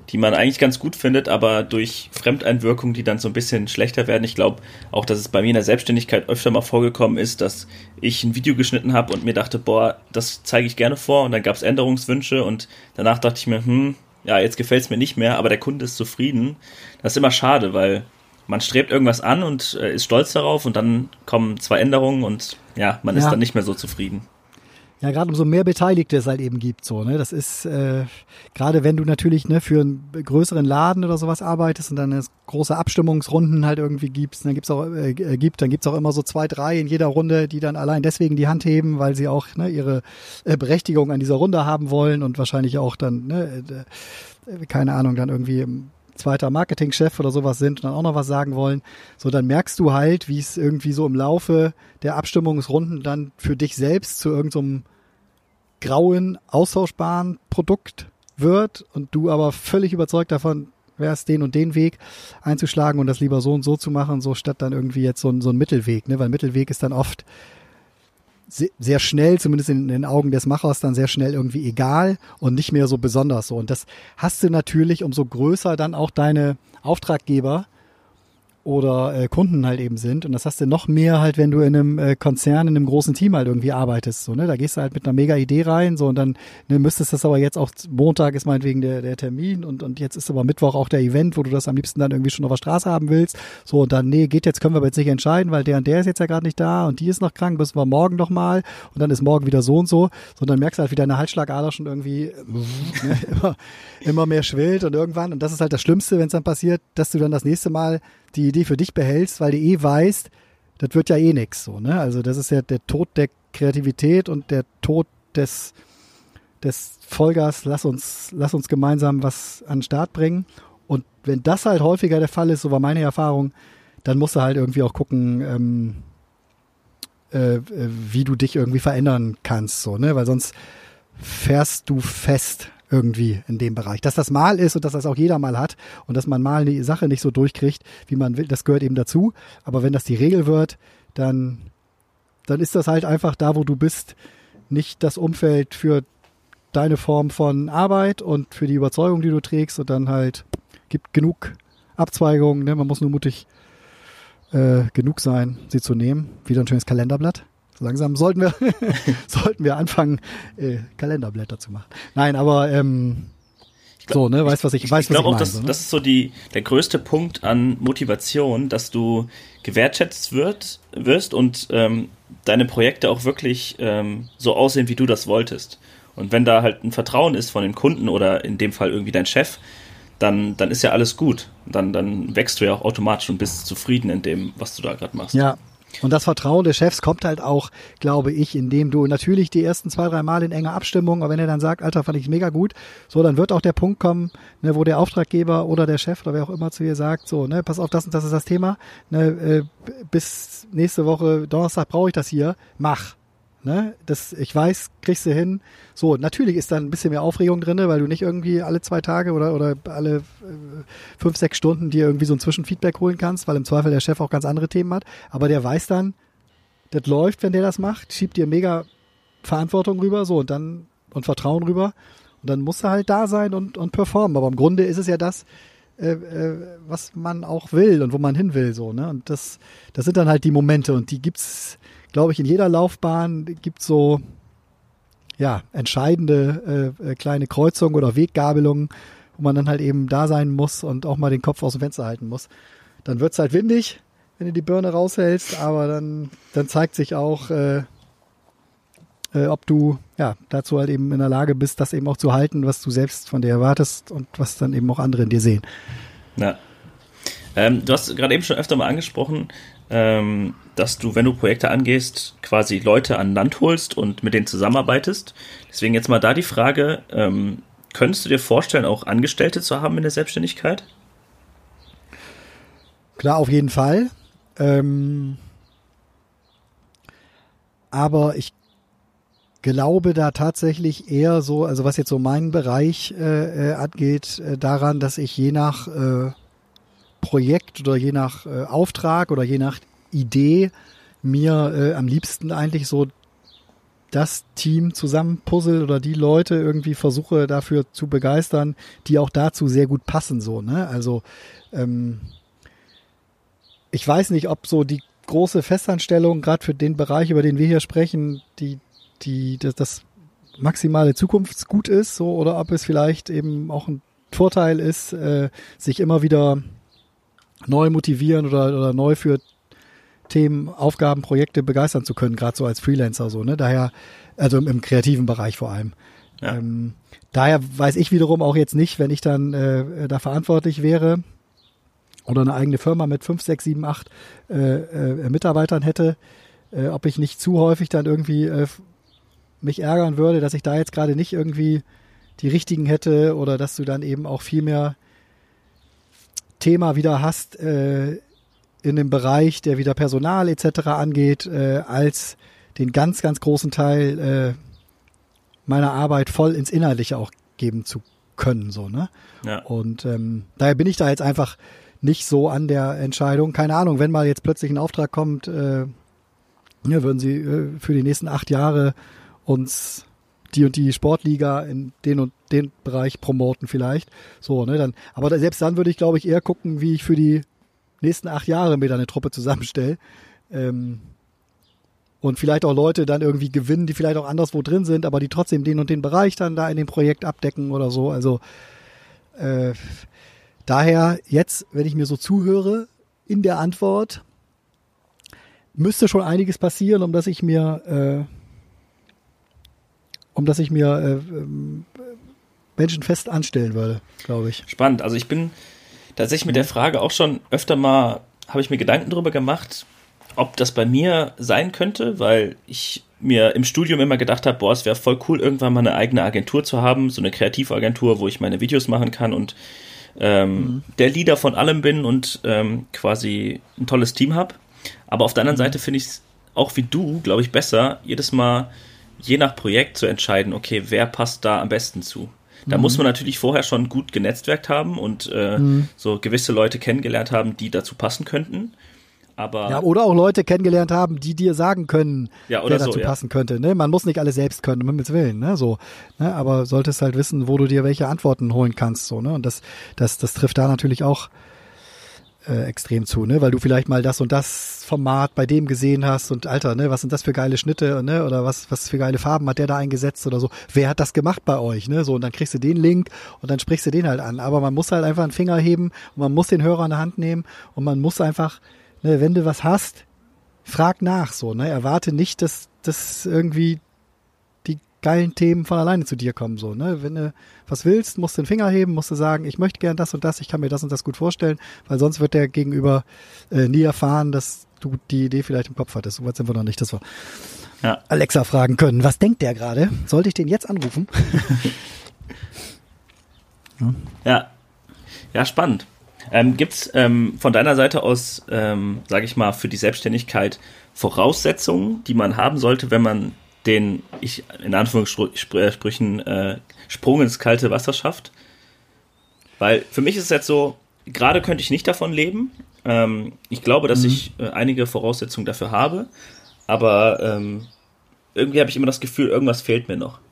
die man eigentlich ganz gut findet, aber durch Fremdeinwirkungen, die dann so ein bisschen schlechter werden. Ich glaube auch, dass es bei mir in der Selbstständigkeit öfter mal vorgekommen ist, dass ich ein Video geschnitten habe und mir dachte, boah, das zeige ich gerne vor, und dann gab es Änderungswünsche und danach dachte ich mir, hm, ja, jetzt gefällt es mir nicht mehr, aber der Kunde ist zufrieden. Das ist immer schade, weil man strebt irgendwas an und äh, ist stolz darauf, und dann kommen zwei Änderungen und ja, man ja. ist dann nicht mehr so zufrieden. Ja, gerade umso mehr Beteiligte es halt eben gibt, so, ne, das ist, äh, gerade wenn du natürlich, ne, für einen größeren Laden oder sowas arbeitest und dann es große Abstimmungsrunden halt irgendwie gibst, dann gibt's auch, äh, gibt, dann gibt's auch immer so zwei, drei in jeder Runde, die dann allein deswegen die Hand heben, weil sie auch, ne, ihre äh, Berechtigung an dieser Runde haben wollen und wahrscheinlich auch dann, ne, äh, keine Ahnung, dann irgendwie im zweiter Marketingchef oder sowas sind und dann auch noch was sagen wollen, so, dann merkst du halt, wie es irgendwie so im Laufe der Abstimmungsrunden dann für dich selbst zu irgendeinem so grauen, austauschbaren Produkt wird und du aber völlig überzeugt davon wärst, den und den Weg einzuschlagen und das lieber so und so zu machen, so statt dann irgendwie jetzt so ein, so ein Mittelweg, ne, weil Mittelweg ist dann oft sehr schnell, zumindest in den Augen des Machers, dann sehr schnell irgendwie egal und nicht mehr so besonders so. Und das hast du natürlich, umso größer dann auch deine Auftraggeber oder äh, Kunden halt eben sind. Und das hast du noch mehr halt, wenn du in einem äh, Konzern, in einem großen Team halt irgendwie arbeitest. So, ne? Da gehst du halt mit einer mega Idee rein, so, und dann ne, müsstest das aber jetzt auch, Montag ist meinetwegen der, der Termin und, und jetzt ist aber Mittwoch auch der Event, wo du das am liebsten dann irgendwie schon auf der Straße haben willst. So, und dann, nee, geht jetzt, können wir aber jetzt nicht entscheiden, weil der und der ist jetzt ja gerade nicht da und die ist noch krank, müssen wir morgen noch mal und dann ist morgen wieder so und so. So, und dann merkst du halt, wie deine Halsschlagader schon irgendwie ne, immer, immer mehr schwillt und irgendwann, und das ist halt das Schlimmste, wenn es dann passiert, dass du dann das nächste Mal die Idee für dich behältst, weil du eh weißt, das wird ja eh nix, so, ne? Also das ist ja der Tod der Kreativität und der Tod des, des Vollgas, lass uns, lass uns gemeinsam was an den Start bringen. Und wenn das halt häufiger der Fall ist, so war meine Erfahrung, dann musst du halt irgendwie auch gucken, ähm, äh, wie du dich irgendwie verändern kannst, so, ne? Weil sonst fährst du fest irgendwie in dem Bereich. Dass das mal ist und dass das auch jeder mal hat und dass man mal eine Sache nicht so durchkriegt, wie man will, das gehört eben dazu. Aber wenn das die Regel wird, dann, dann ist das halt einfach da, wo du bist, nicht das Umfeld für deine Form von Arbeit und für die Überzeugung, die du trägst, und dann halt gibt genug Abzweigungen, ne? Man muss nur mutig äh, genug sein, sie zu nehmen. Wieder ein schönes Kalenderblatt. So langsam sollten wir sollten wir anfangen, äh, Kalenderblätter zu machen. Nein, aber ähm, glaub, so, ne, weißt was ich, ich weiß, ich was ich meine. Ich glaube auch, dass, ne? das ist so die der größte Punkt an Motivation, dass du gewertschätzt wird, wirst und ähm, deine Projekte auch wirklich ähm, so aussehen, wie du das wolltest. Und wenn da halt ein Vertrauen ist von den Kunden oder in dem Fall irgendwie dein Chef, dann, dann ist ja alles gut. Dann, dann wächst du ja auch automatisch und bist zufrieden in dem, was du da gerade machst. Ja. Und das Vertrauen des Chefs kommt halt auch, glaube ich, indem du natürlich die ersten zwei, drei Mal in enger Abstimmung, aber wenn er dann sagt, Alter, fand ich mega gut, so, dann wird auch der Punkt kommen, ne, wo der Auftraggeber oder der Chef oder wer auch immer zu dir sagt, so, ne, pass auf, das und das ist das Thema, ne, äh, bis nächste Woche Donnerstag brauche ich das hier, mach. Ne, das, ich weiß, kriegst du hin. So, natürlich ist da ein bisschen mehr Aufregung drin, weil du nicht irgendwie alle zwei Tage oder, oder alle äh, fünf, sechs Stunden dir irgendwie so ein Zwischenfeedback holen kannst, weil im Zweifel der Chef auch ganz andere Themen hat. Aber der weiß dann, das läuft, wenn der das macht, schiebt dir mega Verantwortung rüber, so, und dann, und Vertrauen rüber. Und dann musst du halt da sein und, und performen. Aber im Grunde ist es ja das, äh, äh, was man auch will und wo man hin will, so, ne. Und das, das sind dann halt die Momente und die gibt's, glaube ich, in jeder Laufbahn gibt es so ja, entscheidende äh, kleine Kreuzungen oder Weggabelungen, wo man dann halt eben da sein muss und auch mal den Kopf aus dem Fenster halten muss. Dann wird es halt windig, wenn du die Birne raushältst, aber dann, dann zeigt sich auch, äh, äh, ob du ja dazu halt eben in der Lage bist, das eben auch zu halten, was du selbst von dir erwartest und was dann eben auch andere in dir sehen. Ja. Ähm, du hast gerade eben schon öfter mal angesprochen, ähm, dass du, wenn du Projekte angehst, quasi Leute an Land holst und mit denen zusammenarbeitest. Deswegen jetzt mal da die Frage, ähm, könntest du dir vorstellen, auch Angestellte zu haben in der Selbstständigkeit? Klar, auf jeden Fall. Ähm, aber ich glaube da tatsächlich eher so, also was jetzt so meinen Bereich äh, angeht, äh, daran, dass ich je nach äh, Projekt oder je nach äh, Auftrag oder je nach Idee mir äh, am liebsten eigentlich so das Team zusammenpuzzle oder die Leute irgendwie versuche dafür zu begeistern, die auch dazu sehr gut passen, so, ne? Also ähm, ich weiß nicht, ob so die große Festanstellung, gerade für den Bereich, über den wir hier sprechen, die, die, das, das maximale Zukunftsgut ist, so, oder ob es vielleicht eben auch ein Vorteil ist, äh, sich immer wieder neu motivieren oder, oder neu für Themen, Aufgaben, Projekte begeistern zu können, gerade so als Freelancer, so, ne? Daher, also im, im kreativen Bereich vor allem. Ja. Ähm, daher weiß ich wiederum auch jetzt nicht, wenn ich dann äh, da verantwortlich wäre oder eine eigene Firma mit fünf, sechs, sieben, acht äh, äh, Mitarbeitern hätte, äh, ob ich nicht zu häufig dann irgendwie äh, mich ärgern würde, dass ich da jetzt gerade nicht irgendwie die richtigen hätte oder dass du dann eben auch viel mehr Thema wieder hast äh, in dem Bereich, der wieder Personal et cetera angeht, äh, als den ganz, ganz großen Teil äh, meiner Arbeit voll ins Inhaltliche auch geben zu können, so, ne? Ja. Und ähm, daher bin ich da jetzt einfach nicht so an der Entscheidung. Keine Ahnung, wenn mal jetzt plötzlich ein Auftrag kommt, äh, ja, würden sie äh, für die nächsten acht Jahre uns die und die Sportliga in den und den Bereich promoten vielleicht. So, ne, dann, aber da, selbst dann würde ich, glaube ich, eher gucken, wie ich für die nächsten acht Jahre mir da eine Truppe zusammenstelle. Ähm, und vielleicht auch Leute dann irgendwie gewinnen, die vielleicht auch anderswo drin sind, aber die trotzdem den und den Bereich dann da in dem Projekt abdecken oder so. Also äh, daher jetzt, wenn ich mir so zuhöre in der Antwort, müsste schon einiges passieren, um dass ich mir äh, um dass ich mir äh, Menschen fest anstellen würde, glaube ich. Spannend. Also ich bin tatsächlich mit der Frage auch schon öfter mal, habe ich mir Gedanken darüber gemacht, ob das bei mir sein könnte, weil ich mir im Studium immer gedacht habe, boah, es wäre voll cool, irgendwann mal eine eigene Agentur zu haben, so eine Kreativagentur, wo ich meine Videos machen kann und ähm, mhm. der Leader von allem bin und ähm, quasi ein tolles Team habe. Aber auf der anderen mhm. Seite finde ich es auch wie du, glaube ich, besser, jedes Mal je nach Projekt zu entscheiden, okay, wer passt da am besten zu. Da mhm. muss man natürlich vorher schon gut genetzwerkt haben und äh, mhm. so gewisse Leute kennengelernt haben, die dazu passen könnten. Aber ja, oder auch Leute kennengelernt haben, die dir sagen können, ja, oder wer dazu so, ja. passen könnte. Ne? Man muss nicht alles selbst können, um Himmels Willen, ne? So, ne? Aber solltest halt wissen, wo du dir welche Antworten holen kannst. So, ne? Und das, das, das trifft da natürlich auch äh, extrem zu, ne? Weil du vielleicht mal das und das Format bei dem gesehen hast und Alter, ne, was sind das für geile Schnitte, ne? Oder was, was für geile Farben hat der da eingesetzt oder so. Wer hat das gemacht bei euch, ne? So, und dann kriegst du den Link und dann sprichst du den halt an. Aber man muss halt einfach einen Finger heben und man muss den Hörer in der Hand nehmen und man muss einfach, ne, wenn du was hast, frag nach, so, ne? Erwarte nicht, dass, dass irgendwie die geilen Themen von alleine zu dir kommen, so, ne? Wenn du was willst, musst du den Finger heben, musst du sagen, ich möchte gern das und das, ich kann mir das und das gut vorstellen, weil sonst wird der Gegenüber äh, nie erfahren, dass du die Idee vielleicht im Kopf hattest. So weit sind wir noch nicht, dass wir ja. Alexa fragen können. Was denkt der gerade? Sollte ich den jetzt anrufen? ja. ja. Ja, spannend. Ähm, gibt es ähm, von deiner Seite aus, ähm, sage ich mal, für die Selbstständigkeit Voraussetzungen, die man haben sollte, wenn man den, ich in Anführungsstrichen, äh, Sprung ins kalte Wasser schafft? Weil für mich ist es jetzt so, gerade könnte ich nicht davon leben. Ähm, ich glaube, dass mhm. ich äh, einige Voraussetzungen dafür habe, aber ähm, irgendwie habe ich immer das Gefühl, irgendwas fehlt mir noch.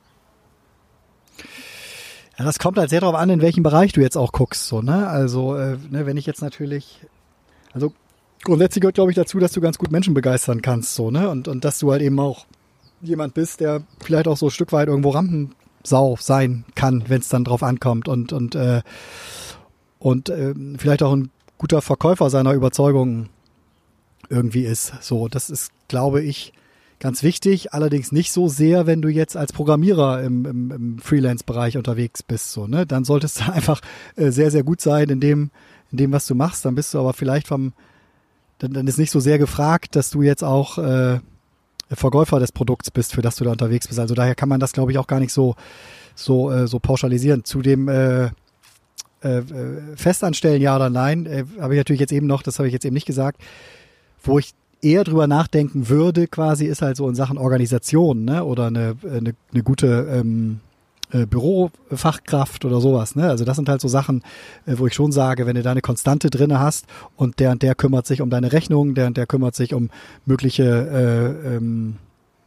Ja, das kommt halt sehr darauf an, in welchem Bereich du jetzt auch guckst, so, ne? Also, äh, ne, wenn ich jetzt natürlich, also grundsätzlich gehört, glaube ich, dazu, dass du ganz gut Menschen begeistern kannst, so, ne? Und, und dass du halt eben auch jemand bist, der vielleicht auch so ein Stück weit irgendwo Rampensau sein kann, wenn es dann drauf ankommt und, und, äh, und äh, vielleicht auch ein guter Verkäufer seiner Überzeugungen irgendwie ist. So, das ist, glaube ich, ganz wichtig, allerdings nicht so sehr, wenn du jetzt als Programmierer im, im, im Freelance-Bereich unterwegs bist. So, ne? Dann solltest du einfach äh, sehr, sehr gut sein in dem, in dem, was du machst. Dann bist du aber vielleicht vom, dann, dann ist nicht so sehr gefragt, dass du jetzt auch äh, Verkäufer des Produkts bist, für das du da unterwegs bist. Also daher kann man das, glaube ich, auch gar nicht so, so, äh, so pauschalisieren. Zu dem äh, äh, Festanstellen, ja oder nein, äh, habe ich natürlich jetzt eben noch, das habe ich jetzt eben nicht gesagt, wo ich eher drüber nachdenken würde, quasi, ist halt so in Sachen Organisation, ne, oder eine, eine, eine gute ähm, äh, Bürofachkraft oder sowas, ne, also das sind halt so Sachen, äh, wo ich schon sage, wenn du da eine Konstante drinne hast und der und der kümmert sich um deine Rechnung, der und der kümmert sich um mögliche äh, ähm,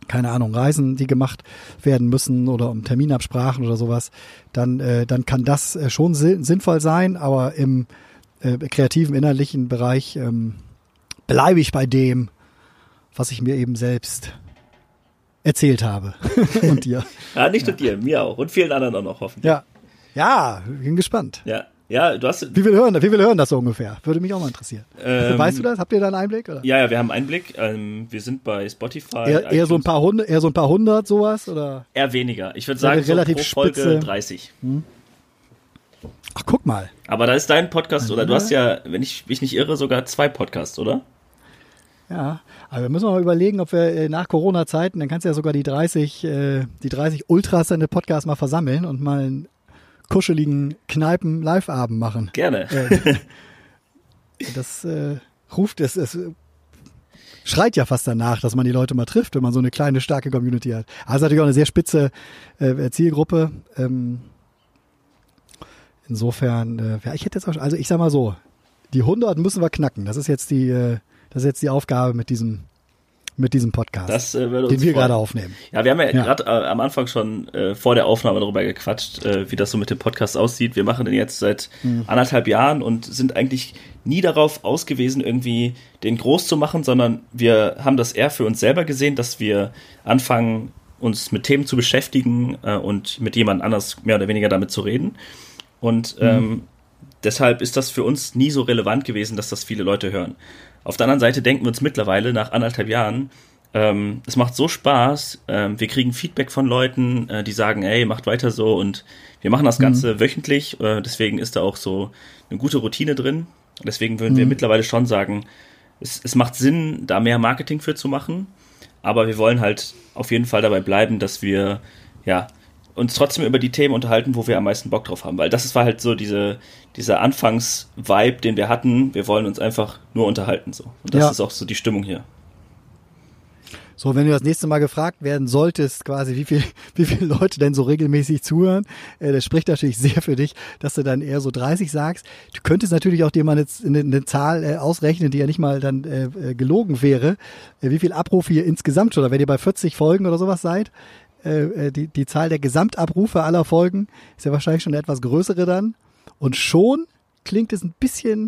keine Ahnung, Reisen, die gemacht werden müssen oder um Terminabsprachen oder sowas, dann, äh, dann kann das äh, schon si- sinnvoll sein, aber im äh, kreativen, inhaltlichen Bereich ähm, bleibe ich bei dem, was ich mir eben selbst erzählt habe. Und dir. Ja, nicht nur dir, mir auch und vielen anderen auch noch, hoffentlich. Ja, ja, bin gespannt. Ja. Ja, du hast. Wie viele hören, wie viele hören das so ungefähr? Würde mich auch mal interessieren. Ähm, weißt du das? Habt ihr da einen Einblick? Oder? Ja, ja, wir haben einen Einblick. Ähm, wir sind bei Spotify. Eher, eher so ein paar hundert, eher so ein paar hundert sowas oder? Eher weniger. Ich würde sagen, so relativ pro Folge spitze. dreißig. Hm. Ach, guck mal. Aber da ist dein Podcast, Also, oder du hast ja, wenn ich mich nicht irre, sogar zwei Podcasts, oder? Ja, aber wir müssen mal überlegen, ob wir äh, nach Corona-Zeiten, dann kannst du ja sogar die dreißig, äh, die dreißig Ultras in den Podcast mal versammeln und mal einen kuscheligen Kneipen-Live-Abend machen. Gerne. Äh, das äh, ruft, es, es schreit ja fast danach, dass man die Leute mal trifft, wenn man so eine kleine, starke Community hat. Also natürlich auch eine sehr spitze äh, Zielgruppe. Ähm, insofern, äh, ja, ich hätte jetzt auch, also ich sag mal so, die hundert müssen wir knacken. Das ist jetzt die, äh, das ist jetzt die Aufgabe mit diesem mit diesem Podcast, das, äh, würde uns den wir freuen. gerade aufnehmen. Ja, wir haben ja, Ja. gerade äh, am Anfang schon äh, vor der Aufnahme darüber gequatscht, äh, wie das so mit dem Podcast aussieht. Wir machen den jetzt seit mhm. anderthalb Jahren und sind eigentlich nie darauf ausgewiesen, irgendwie den groß zu machen, sondern wir haben das eher für uns selber gesehen, dass wir anfangen, uns mit Themen zu beschäftigen äh, und mit jemand anders mehr oder weniger damit zu reden. Und ähm, mhm. deshalb ist das für uns nie so relevant gewesen, dass das viele Leute hören. Auf der anderen Seite denken wir uns mittlerweile nach anderthalb Jahren, ähm, es macht so Spaß, ähm, wir kriegen Feedback von Leuten, äh, die sagen, ey, macht weiter so, und wir machen das Ganze mhm. wöchentlich, äh, deswegen ist da auch so eine gute Routine drin. Deswegen würden mhm. wir mittlerweile schon sagen, es, es macht Sinn, da mehr Marketing für zu machen, aber wir wollen halt auf jeden Fall dabei bleiben, dass wir ja uns trotzdem über die Themen unterhalten, wo wir am meisten Bock drauf haben, weil das war halt so diese, dieser Anfangs-Vibe, den wir hatten. Wir wollen uns einfach nur unterhalten, so. Und das ja. ist auch so die Stimmung hier. So, wenn du das nächste Mal gefragt werden solltest, quasi, wie viel, wie viele Leute denn so regelmäßig zuhören, äh, das spricht natürlich sehr für dich, dass du dann eher so dreißig sagst. Du könntest natürlich auch dir mal eine, eine Zahl äh, ausrechnen, die ja nicht mal dann äh, gelogen wäre, äh, wie viel Abrufe ihr insgesamt schon, oder wenn ihr bei vierzig Folgen oder sowas seid, äh, die, die Zahl der Gesamtabrufe aller Folgen ist ja wahrscheinlich schon eine etwas größere dann. Und schon klingt es ein bisschen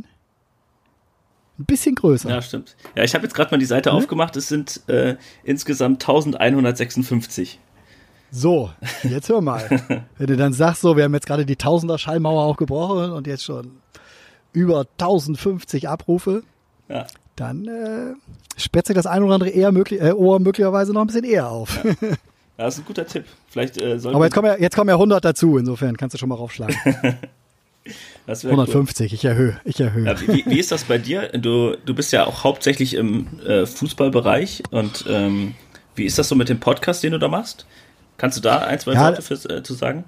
Ein bisschen größer. Ja, stimmt. Ja, ich habe jetzt gerade mal die Seite hm? aufgemacht. Es sind äh, insgesamt elfhundertsechsundfünfzig. So, jetzt hör mal. Wenn du dann sagst, so, wir haben jetzt gerade die Tausender-Schallmauer auch gebrochen und jetzt schon über tausendfünfzig Abrufe, ja. dann äh, sperrt sich das ein oder andere eher möglich, äh, Ohr möglicherweise noch ein bisschen eher auf. Ja. Ja, das ist ein guter Tipp. Vielleicht, äh, Aber jetzt kommen, ja, jetzt kommen ja hundert dazu, insofern kannst du schon mal raufschlagen. hundertfünfzig, cool. ich erhöhe, ich erhöhe. Ja, wie, wie ist das bei dir? Du, du bist ja auch hauptsächlich im äh, Fußballbereich und ähm, wie ist das so mit dem Podcast, den du da machst? Kannst du da ein, zwei ja, Worte für, äh, zu sagen?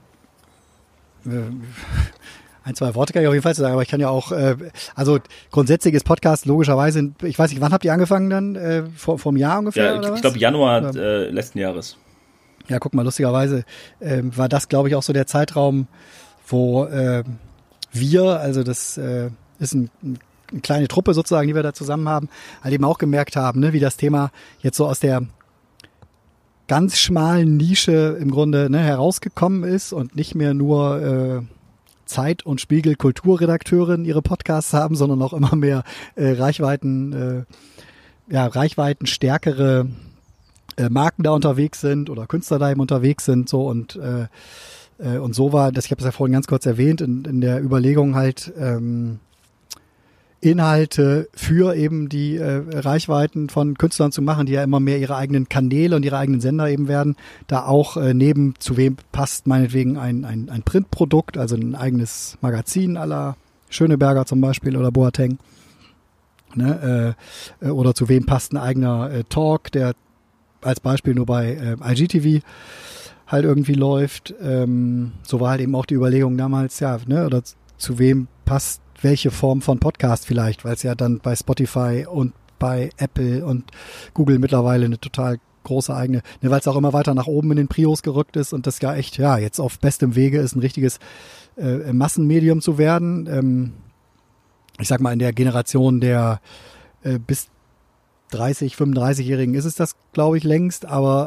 Ein, zwei Worte kann ich auf jeden Fall zu sagen, aber ich kann ja auch, äh, also grundsätzlich ist Podcast logischerweise, ich weiß nicht, wann habt ihr angefangen dann? Äh, vor, vor einem Jahr ungefähr? Ja, oder ich glaube Januar oder? Äh, letzten Jahres. Ja, guck mal, lustigerweise äh, war das, glaube ich, auch so der Zeitraum, wo äh, wir, also das äh, ist ein, ein, eine kleine Truppe sozusagen, die wir da zusammen haben, halt eben auch gemerkt haben, ne, wie das Thema jetzt so aus der ganz schmalen Nische im Grunde ne, herausgekommen ist und nicht mehr nur äh, Zeit- und Spiegel-Kulturredakteurin ihre Podcasts haben, sondern auch immer mehr äh, Reichweiten, äh, ja, Reichweitenstärkere äh, Marken da unterwegs sind oder Künstler da eben unterwegs sind, so und äh, äh, und so war das, ich habe es ja vorhin ganz kurz erwähnt, in, in der Überlegung halt ähm, Inhalte für eben die äh, Reichweiten von Künstlern zu machen, die ja immer mehr ihre eigenen Kanäle und ihre eigenen Sender eben werden, da auch äh, neben, zu wem passt meinetwegen ein, ein, ein Printprodukt, also ein eigenes Magazin à la Schöneberger zum Beispiel oder Boateng, ne, äh, oder zu wem passt ein eigener äh, Talk, der als Beispiel nur bei äh, I G T V halt irgendwie läuft. Ähm, so war halt eben auch die Überlegung damals, ja, ne, oder zu wem passt welche Form von Podcast vielleicht, weil es ja dann bei Spotify und bei Apple und Google mittlerweile eine total große eigene, ne, weil es auch immer weiter nach oben in den Prios gerückt ist und das ja echt, ja, jetzt auf bestem Wege ist, ein richtiges äh, Massenmedium zu werden. Ähm, ich sag mal, in der Generation der äh, bis dreißig, fünfunddreißig-Jährigen ist es das, glaube ich, längst, aber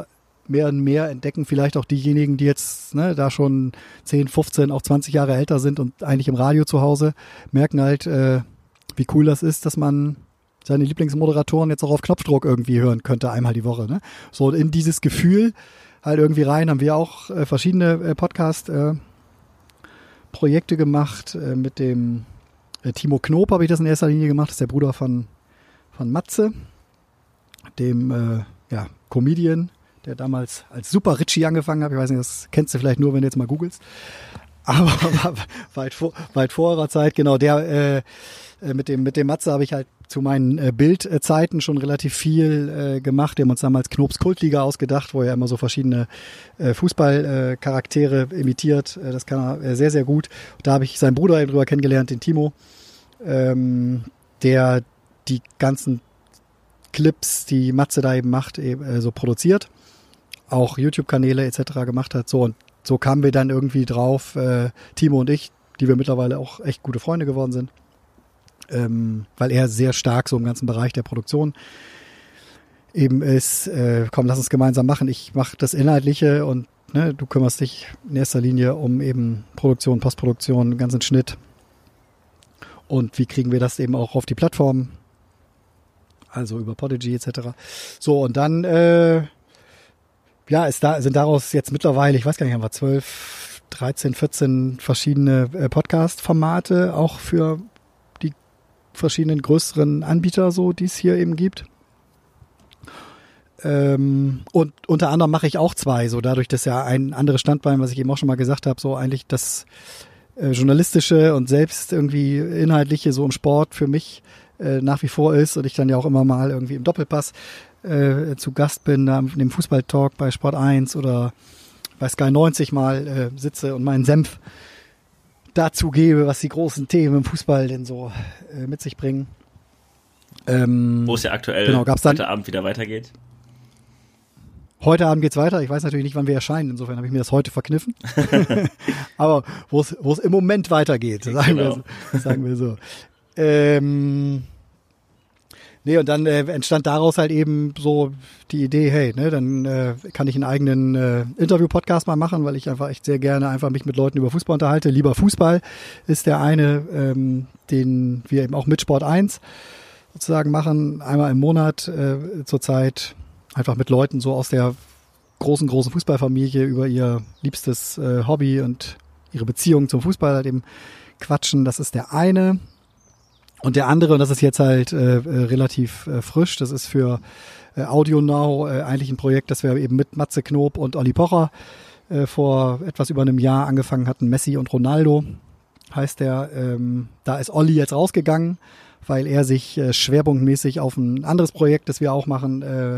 mehr und mehr entdecken vielleicht auch diejenigen, die jetzt ne, da schon zehn, fünfzehn, auch zwanzig Jahre älter sind und eigentlich im Radio zu Hause, merken halt, äh, wie cool das ist, dass man seine Lieblingsmoderatoren jetzt auch auf Knopfdruck irgendwie hören könnte, einmal die Woche. Ne? So in dieses Gefühl halt irgendwie rein haben wir auch äh, verschiedene äh, Podcast-Projekte äh, gemacht. Äh, mit dem äh, Timo Knob habe ich das in erster Linie gemacht, das ist der Bruder von, von Matze, dem äh, ja, Comedian, der damals als Super Richie angefangen hat. Ich weiß nicht, das kennst du vielleicht nur, wenn du jetzt mal googelst. Aber weit vor, weit vor eurer Zeit, genau, der äh, mit dem mit dem Matze habe ich halt zu meinen äh, Bildzeiten schon relativ viel äh, gemacht. Wir haben uns damals Knobs Kultliga ausgedacht, wo er immer so verschiedene äh, Fußballcharaktere äh, imitiert. Äh, das kann er äh, sehr, sehr gut. Da habe ich seinen Bruder eben drüber kennengelernt, den Timo, ähm, der die ganzen Clips, die Matze da eben macht, eben, äh, so produziert. Auch YouTube-Kanäle et cetera gemacht hat. So, und so kamen wir dann irgendwie drauf, äh, Timo und ich, die wir mittlerweile auch echt gute Freunde geworden sind. Ähm, weil er sehr stark so im ganzen Bereich der Produktion eben ist, äh, komm, lass uns gemeinsam machen. Ich mache das Inhaltliche und ne, du kümmerst dich in erster Linie um eben Produktion, Postproduktion, den ganzen Schnitt. Und wie kriegen wir das eben auch auf die Plattform? Also über Podigy et cetera. So, und dann äh, ja, ist da, sind daraus jetzt mittlerweile, ich weiß gar nicht, haben wir zwölf, dreizehn, vierzehn verschiedene äh, Podcast-Formate, auch für verschiedenen größeren Anbieter, so die es hier eben gibt. Ähm, und unter anderem mache ich auch zwei, so dadurch, dass ja ein anderes Standbein, was ich eben auch schon mal gesagt habe, so eigentlich das äh, journalistische und selbst irgendwie inhaltliche so im Sport für mich äh, nach wie vor ist und ich dann ja auch immer mal irgendwie im Doppelpass äh, zu Gast bin, da in dem Fußballtalk bei Sport eins oder bei Sky neunzig mal äh, sitze und meinen Senf dazu gebe, was die großen Themen im Fußball denn so äh, mit sich bringen. Ähm, Wo es ja aktuell genau, gab's dann, heute Abend wieder weitergeht. Heute Abend geht's weiter. Ich weiß natürlich nicht, wann wir erscheinen. Insofern habe ich mir das heute verkniffen. Aber wo es wo es im Moment weitergeht, sagen, genau. wir, sagen wir so. Ähm, nee, und dann äh, entstand daraus halt eben so die Idee, hey, ne, dann äh, kann ich einen eigenen äh, Interview-Podcast mal machen, weil ich einfach echt sehr gerne einfach mich mit Leuten über Fußball unterhalte. Lieber Fußball ist der eine, ähm, den wir eben auch mit Sport eins sozusagen machen, einmal im Monat äh, zurzeit einfach mit Leuten so aus der großen, großen Fußballfamilie über ihr liebstes äh, Hobby und ihre Beziehung zum Fußball halt eben quatschen. Das ist der eine. Und der andere, und das ist jetzt halt äh, relativ äh, frisch, das ist für äh, Audio Now äh, eigentlich ein Projekt, das wir eben mit Matze Knob und Olli Pocher äh, vor etwas über einem Jahr angefangen hatten. Messi und Ronaldo heißt der. Ähm, da ist Olli jetzt rausgegangen, weil er sich äh, schwerpunktmäßig auf ein anderes Projekt, das wir auch machen, äh,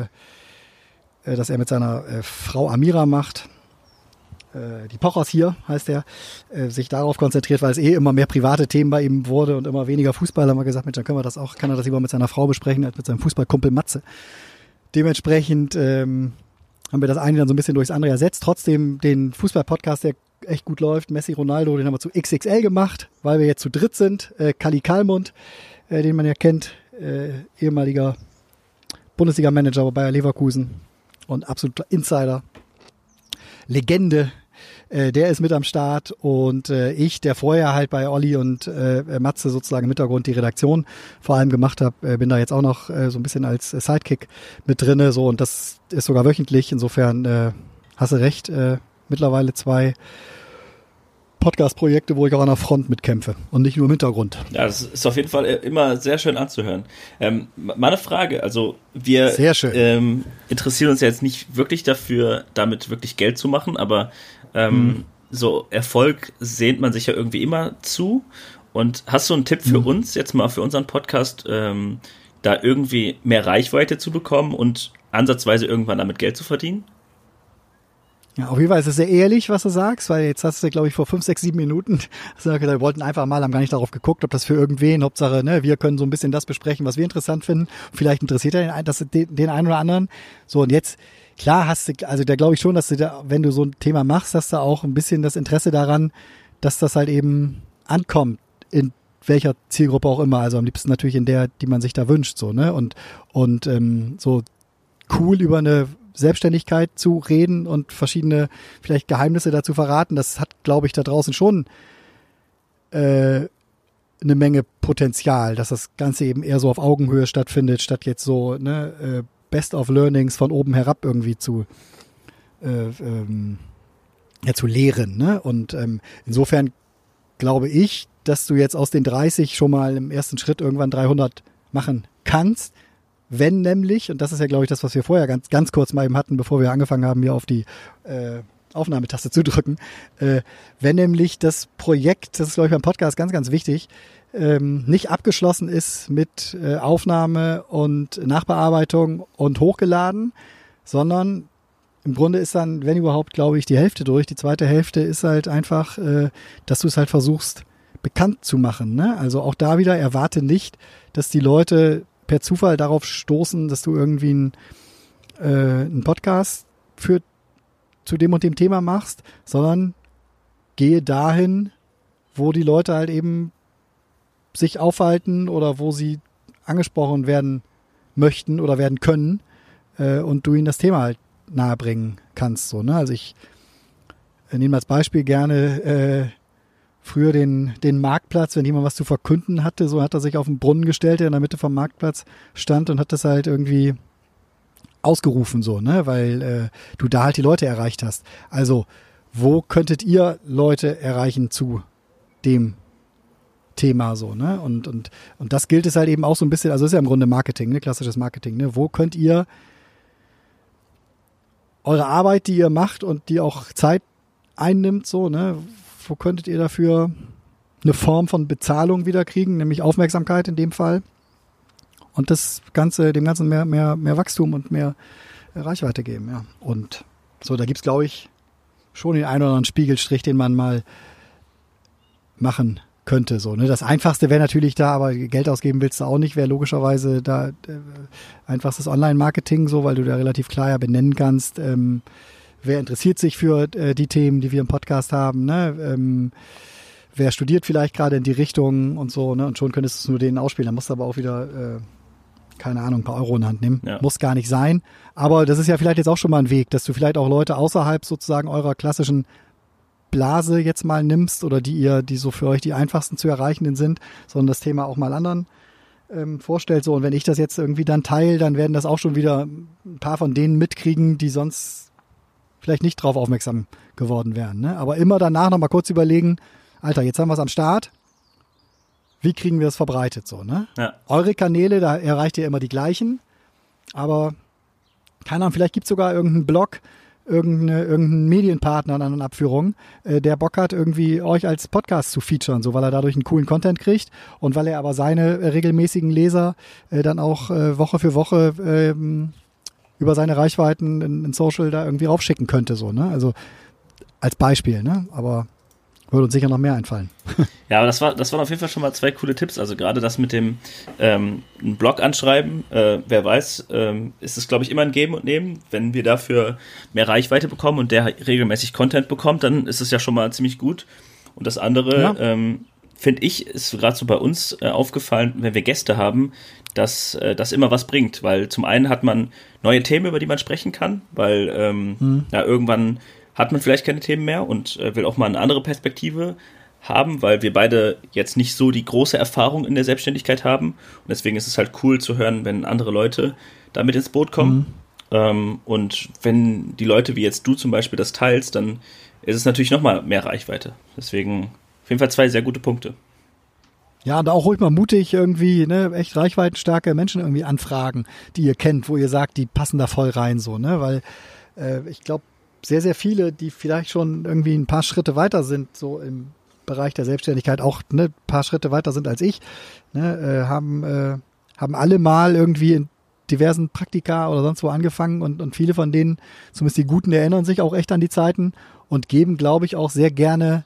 äh, das er mit seiner äh, Frau Amira macht. Die Pochers hier, heißt er, äh, sich darauf konzentriert, weil es eh immer mehr private Themen bei ihm wurde und immer weniger Fußball. Da haben wir gesagt, Mensch, dann können wir das auch, kann er das lieber mit seiner Frau besprechen, als mit seinem Fußballkumpel Matze. Dementsprechend ähm, haben wir das eine dann so ein bisschen durchs andere ersetzt. Trotzdem den Fußball-Podcast, der echt gut läuft, Messi, Ronaldo, den haben wir zu X X L gemacht, weil wir jetzt zu dritt sind. Äh, Kalli Kalmund, äh, den man ja kennt, äh, ehemaliger Bundesliga-Manager bei Bayer Leverkusen und absoluter Insider, Legende. Äh, der ist mit am Start und äh, ich, der vorher halt bei Olli und äh, Matze sozusagen im Hintergrund die Redaktion vor allem gemacht habe, äh, bin da jetzt auch noch äh, so ein bisschen als äh, Sidekick mit drinne, so, und das ist sogar wöchentlich. Insofern äh, hast du recht, äh, mittlerweile zwei Podcast-Projekte, wo ich auch an der Front mitkämpfe und nicht nur im Hintergrund. Ja, das ist auf jeden Fall immer sehr schön anzuhören. Ähm, meine Frage, also wir sehr schön. Ähm, interessieren uns ja jetzt nicht wirklich dafür, damit wirklich Geld zu machen, aber ähm, hm. so Erfolg sehnt man sich ja irgendwie immer zu. Und hast du einen Tipp für hm. uns, jetzt mal für unseren Podcast, ähm, da irgendwie mehr Reichweite zu bekommen und ansatzweise irgendwann damit Geld zu verdienen? Ja, auf jeden Fall ist es sehr ehrlich, was du sagst, weil jetzt hast du, glaube ich, vor fünf, sechs, sieben Minuten gesagt, wir wollten einfach mal, haben gar nicht darauf geguckt, ob das für irgendwen, Hauptsache, ne, wir können so ein bisschen das besprechen, was wir interessant finden. Vielleicht interessiert er den, das, den, den einen oder anderen. So, und jetzt, klar hast du, also da glaube ich schon, dass du da, wenn du so ein Thema machst, hast du auch ein bisschen das Interesse daran, dass das halt eben ankommt, in welcher Zielgruppe auch immer. Also am liebsten natürlich in der, die man sich da wünscht, so, ne, und, und, ähm, so cool über eine Selbstständigkeit zu reden und verschiedene vielleicht Geheimnisse dazu verraten. Das hat, glaube ich, da draußen schon äh, eine Menge Potenzial, dass das Ganze eben eher so auf Augenhöhe stattfindet, statt jetzt so ne, äh, Best of Learnings von oben herab irgendwie zu äh, ähm, ja, zu lehren. Ne? Und ähm, insofern glaube ich, dass du jetzt aus den dreißig schon mal im ersten Schritt irgendwann dreihundert machen kannst. Wenn nämlich, und das ist ja, glaube ich, das, was wir vorher ganz, ganz kurz mal eben hatten, bevor wir angefangen haben, hier auf die äh, Aufnahmetaste zu drücken, äh, wenn nämlich das Projekt, das ist, glaube ich, beim Podcast ganz, ganz wichtig, ähm, nicht abgeschlossen ist mit äh, Aufnahme und Nachbearbeitung und hochgeladen, sondern im Grunde ist dann, wenn überhaupt, glaube ich, die Hälfte durch. Die zweite Hälfte ist halt einfach, äh, dass du es halt versuchst, bekannt zu machen. Ne? Also auch da wieder erwarte nicht, dass die Leute per Zufall darauf stoßen, dass du irgendwie einen, äh, einen Podcast für zu dem und dem Thema machst, sondern gehe dahin, wo die Leute halt eben sich aufhalten oder wo sie angesprochen werden möchten oder werden können äh, und du ihnen das Thema halt nahebringen kannst. So, ne? Also ich äh, nehme als Beispiel gerne äh, früher den, den Marktplatz, wenn jemand was zu verkünden hatte, so hat er sich auf den Brunnen gestellt, der in der Mitte vom Marktplatz stand und hat das halt irgendwie ausgerufen, so, ne, weil äh, du da halt die Leute erreicht hast. Also, wo könntet ihr Leute erreichen zu dem Thema, so, ne? Und, und, und das gilt es halt eben auch so ein bisschen, also das ist ja im Grunde Marketing, ne, klassisches Marketing, ne? Wo könnt ihr eure Arbeit, die ihr macht und die auch Zeit einnimmt, so, ne, wo könntet ihr dafür eine Form von Bezahlung wieder kriegen, nämlich Aufmerksamkeit in dem Fall und das Ganze, dem Ganzen mehr, mehr, mehr Wachstum und mehr Reichweite geben, ja. Und so, da gibt's, glaube ich, schon den einen oder anderen Spiegelstrich, den man mal machen könnte, so, ne. Das Einfachste wäre natürlich da, aber Geld ausgeben willst du auch nicht, wäre logischerweise da äh, einfachstes Online-Marketing, so, weil du da relativ klar ja benennen kannst, ähm, wer interessiert sich für äh, die Themen, die wir im Podcast haben, ne? Ähm, wer studiert vielleicht gerade in die Richtung und so, ne? Und schon könntest du es nur denen ausspielen. Da musst du aber auch wieder, äh, keine Ahnung, ein paar Euro in die Hand nehmen. Ja. Muss gar nicht sein. Aber das ist ja vielleicht jetzt auch schon mal ein Weg, dass du vielleicht auch Leute außerhalb sozusagen eurer klassischen Blase jetzt mal nimmst oder die ihr, die so für euch die einfachsten zu erreichenden sind, sondern das Thema auch mal anderen ähm, vorstellt. So, und wenn ich das jetzt irgendwie dann teile, dann werden das auch schon wieder ein paar von denen mitkriegen, die sonst vielleicht nicht drauf aufmerksam geworden wären. Ne? Aber immer danach noch mal kurz überlegen, Alter, jetzt haben wir es am Start. Wie kriegen wir es verbreitet? So, ne? Ja. Eure Kanäle, da erreicht ihr immer die gleichen. Aber, keine Ahnung, vielleicht gibt es sogar irgendeinen Blog, irgendeine, irgendeinen Medienpartner an anderen Abführungen, äh, der Bock hat, irgendwie euch als Podcast zu featuren, so, weil er dadurch einen coolen Content kriegt und weil er aber seine äh, regelmäßigen Leser äh, dann auch äh, Woche für Woche ähm, über seine Reichweiten in, in Social da irgendwie raufschicken könnte, so, ne? Also als Beispiel, ne? Aber würde uns sicher noch mehr einfallen. Ja, aber das war, das waren auf jeden Fall schon mal zwei coole Tipps. Also gerade das mit dem ähm, einen Blog anschreiben, äh, wer weiß, ähm, ist es, glaube ich, immer ein Geben und Nehmen. Wenn wir dafür mehr Reichweite bekommen und der regelmäßig Content bekommt, dann ist es ja schon mal ziemlich gut. Und das andere, ja. ähm, finde ich, ist gerade so bei uns äh, aufgefallen, wenn wir Gäste haben, dass äh, das immer was bringt, weil zum einen hat man neue Themen, über die man sprechen kann, weil ähm, hm. ja, irgendwann hat man vielleicht keine Themen mehr und äh, will auch mal eine andere Perspektive haben, weil wir beide jetzt nicht so die große Erfahrung in der Selbstständigkeit haben und deswegen ist es halt cool zu hören, wenn andere Leute da mit ins Boot kommen mhm. ähm, und wenn die Leute wie jetzt du zum Beispiel das teilst, dann ist es natürlich nochmal mehr Reichweite. Deswegen auf jeden Fall zwei sehr gute Punkte. Ja, und auch ruhig mal mutig irgendwie, ne, echt reichweitenstarke Menschen irgendwie anfragen, die ihr kennt, wo ihr sagt, die passen da voll rein, so, ne, weil äh, ich glaube, sehr, sehr viele, die vielleicht schon irgendwie ein paar Schritte weiter sind, so im Bereich der Selbstständigkeit, auch ne, ein paar Schritte weiter sind als ich, ne, äh, haben, äh, haben alle mal irgendwie in diversen Praktika oder sonst wo angefangen und, und viele von denen, zumindest die Guten, erinnern sich auch echt an die Zeiten und geben, glaube ich, auch sehr gerne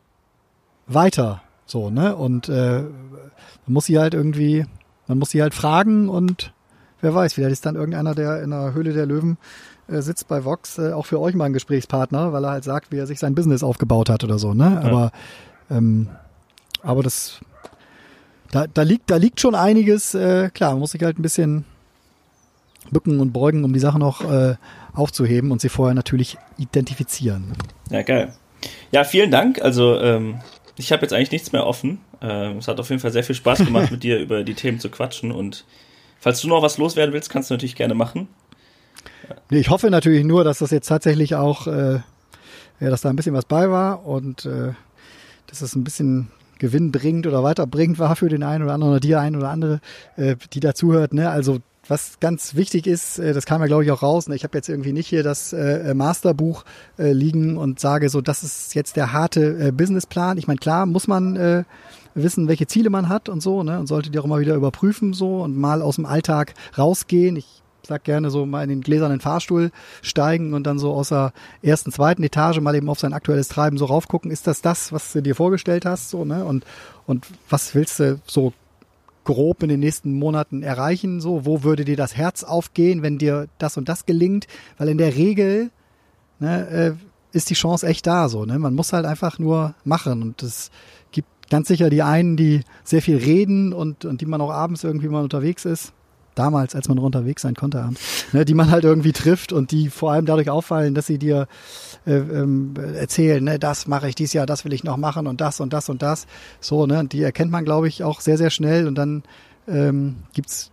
weiter, so, ne, und äh, man muss sie halt irgendwie, man muss sie halt fragen und wer weiß, vielleicht ist dann irgendeiner, der in der Höhle der Löwen sitzt bei Vox, äh, auch für euch mal ein Gesprächspartner, weil er halt sagt, wie er sich sein Business aufgebaut hat oder so, ne? Ja. Aber, ähm, aber das, da, da liegt, da liegt schon einiges, äh, klar, man muss sich halt ein bisschen bücken und beugen, um die Sachen auch äh, aufzuheben und sie vorher natürlich identifizieren. Ja, geil. Ja, vielen Dank. Also ähm, ich habe jetzt eigentlich nichts mehr offen. Ähm, es hat auf jeden Fall sehr viel Spaß gemacht, mit dir über die Themen zu quatschen. Und falls du noch was loswerden willst, kannst du natürlich gerne machen. Nee, ich hoffe natürlich nur, dass das jetzt tatsächlich auch, äh, ja, dass da ein bisschen was bei war und äh, dass es ein bisschen Gewinn bringt oder weiterbringt war für den einen oder anderen oder die ein oder andere, äh, die dazuhört. Ne? Also was ganz wichtig ist, äh, das kam ja glaube ich auch raus, ne? Ich habe jetzt irgendwie nicht hier das äh, Masterbuch äh, liegen und sage so, das ist jetzt der harte äh, Businessplan. Ich meine, klar muss man äh, wissen, welche Ziele man hat und so, ne? Und sollte die auch immer wieder überprüfen so und mal aus dem Alltag rausgehen. Ich sag gerne so mal in den gläsernen Fahrstuhl steigen und dann so aus der ersten, zweiten Etage mal eben auf sein aktuelles Treiben so raufgucken. Ist das das, was du dir vorgestellt hast? So, ne? Und, und was willst du so grob in den nächsten Monaten erreichen? So, wo würde dir das Herz aufgehen, wenn dir das und das gelingt? Weil in der Regel, ne, äh, ist die Chance echt da, so, ne? Man muss halt einfach nur machen und es gibt ganz sicher die einen, die sehr viel reden und, und die man auch abends irgendwie mal unterwegs ist. Damals, als man noch unterwegs sein konnte abends, ne, die man halt irgendwie trifft und die vor allem dadurch auffallen, dass sie dir äh, ähm, erzählen, ne, das mache ich dieses Jahr, das will ich noch machen und das und das und das. So, ne, und die erkennt man, glaube ich, auch sehr, sehr schnell und dann ähm, gibt's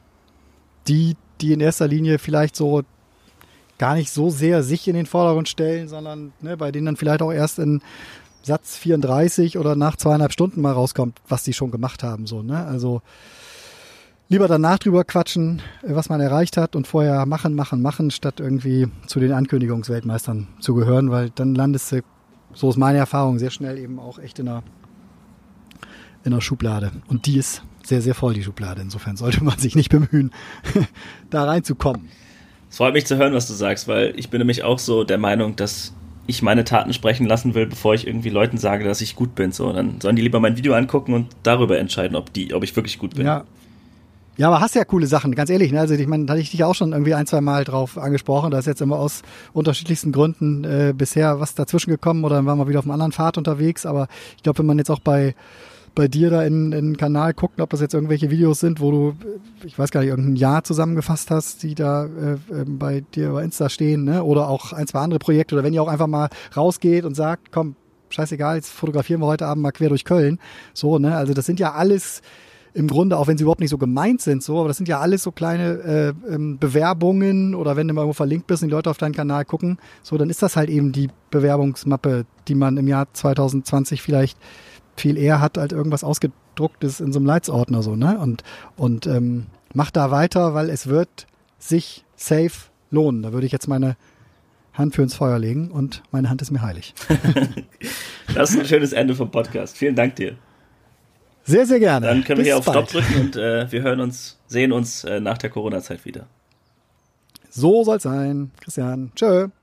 die, die in erster Linie vielleicht so gar nicht so sehr sich in den Vordergrund stellen, sondern ne, bei denen dann vielleicht auch erst in Satz vierunddreißig oder nach zweieinhalb Stunden mal rauskommt, was die schon gemacht haben. So, ne? Also lieber danach drüber quatschen, was man erreicht hat und vorher machen, machen, machen, statt irgendwie zu den Ankündigungsweltmeistern zu gehören, weil dann landest du, so ist meine Erfahrung, sehr schnell eben auch echt in einer, in einer Schublade. Und die ist sehr, sehr voll, die Schublade. Insofern sollte man sich nicht bemühen, da reinzukommen. Es freut mich zu hören, was du sagst, weil ich bin nämlich auch so der Meinung, dass ich meine Taten sprechen lassen will, bevor ich irgendwie Leuten sage, dass ich gut bin. So, dann sollen die lieber mein Video angucken und darüber entscheiden, ob, die, ob ich wirklich gut bin. Ja. Ja, aber hast ja coole Sachen, ganz ehrlich. Ne? Also ich meine, da hatte ich dich auch schon irgendwie ein, zwei Mal drauf angesprochen. Da ist jetzt immer aus unterschiedlichsten Gründen äh, bisher was dazwischen gekommen oder dann waren wir wieder auf einem anderen Pfad unterwegs. Aber ich glaube, wenn man jetzt auch bei bei dir da in, in den Kanal guckt, ob das jetzt irgendwelche Videos sind, wo du, ich weiß gar nicht, irgendein Jahr zusammengefasst hast, die da äh, bei dir bei Insta stehen, ne? Oder auch ein, zwei andere Projekte. Oder wenn ihr auch einfach mal rausgeht und sagt, komm, scheißegal, jetzt fotografieren wir heute Abend mal quer durch Köln. So, ne? Also das sind ja alles im Grunde, auch wenn sie überhaupt nicht so gemeint sind, so, aber das sind ja alles so kleine äh, ähm, Bewerbungen oder wenn du mal irgendwo verlinkt bist und die Leute auf deinen Kanal gucken, so, dann ist das halt eben die Bewerbungsmappe, die man im Jahr zwanzig zwanzig vielleicht viel eher hat als irgendwas Ausgedrucktes in so einem Leitsordner, so, ne? Und, und ähm, mach da weiter, weil es wird sich safe lohnen. Da würde ich jetzt meine Hand für ins Feuer legen und meine Hand ist mir heilig. Das ist ein schönes Ende vom Podcast. Vielen Dank dir. Sehr, sehr gerne. Dann können wir Bis hier auf bald. Stopp drücken und äh, wir hören uns, sehen uns äh, nach der Corona-Zeit wieder. So soll's sein. Christian. Tschö.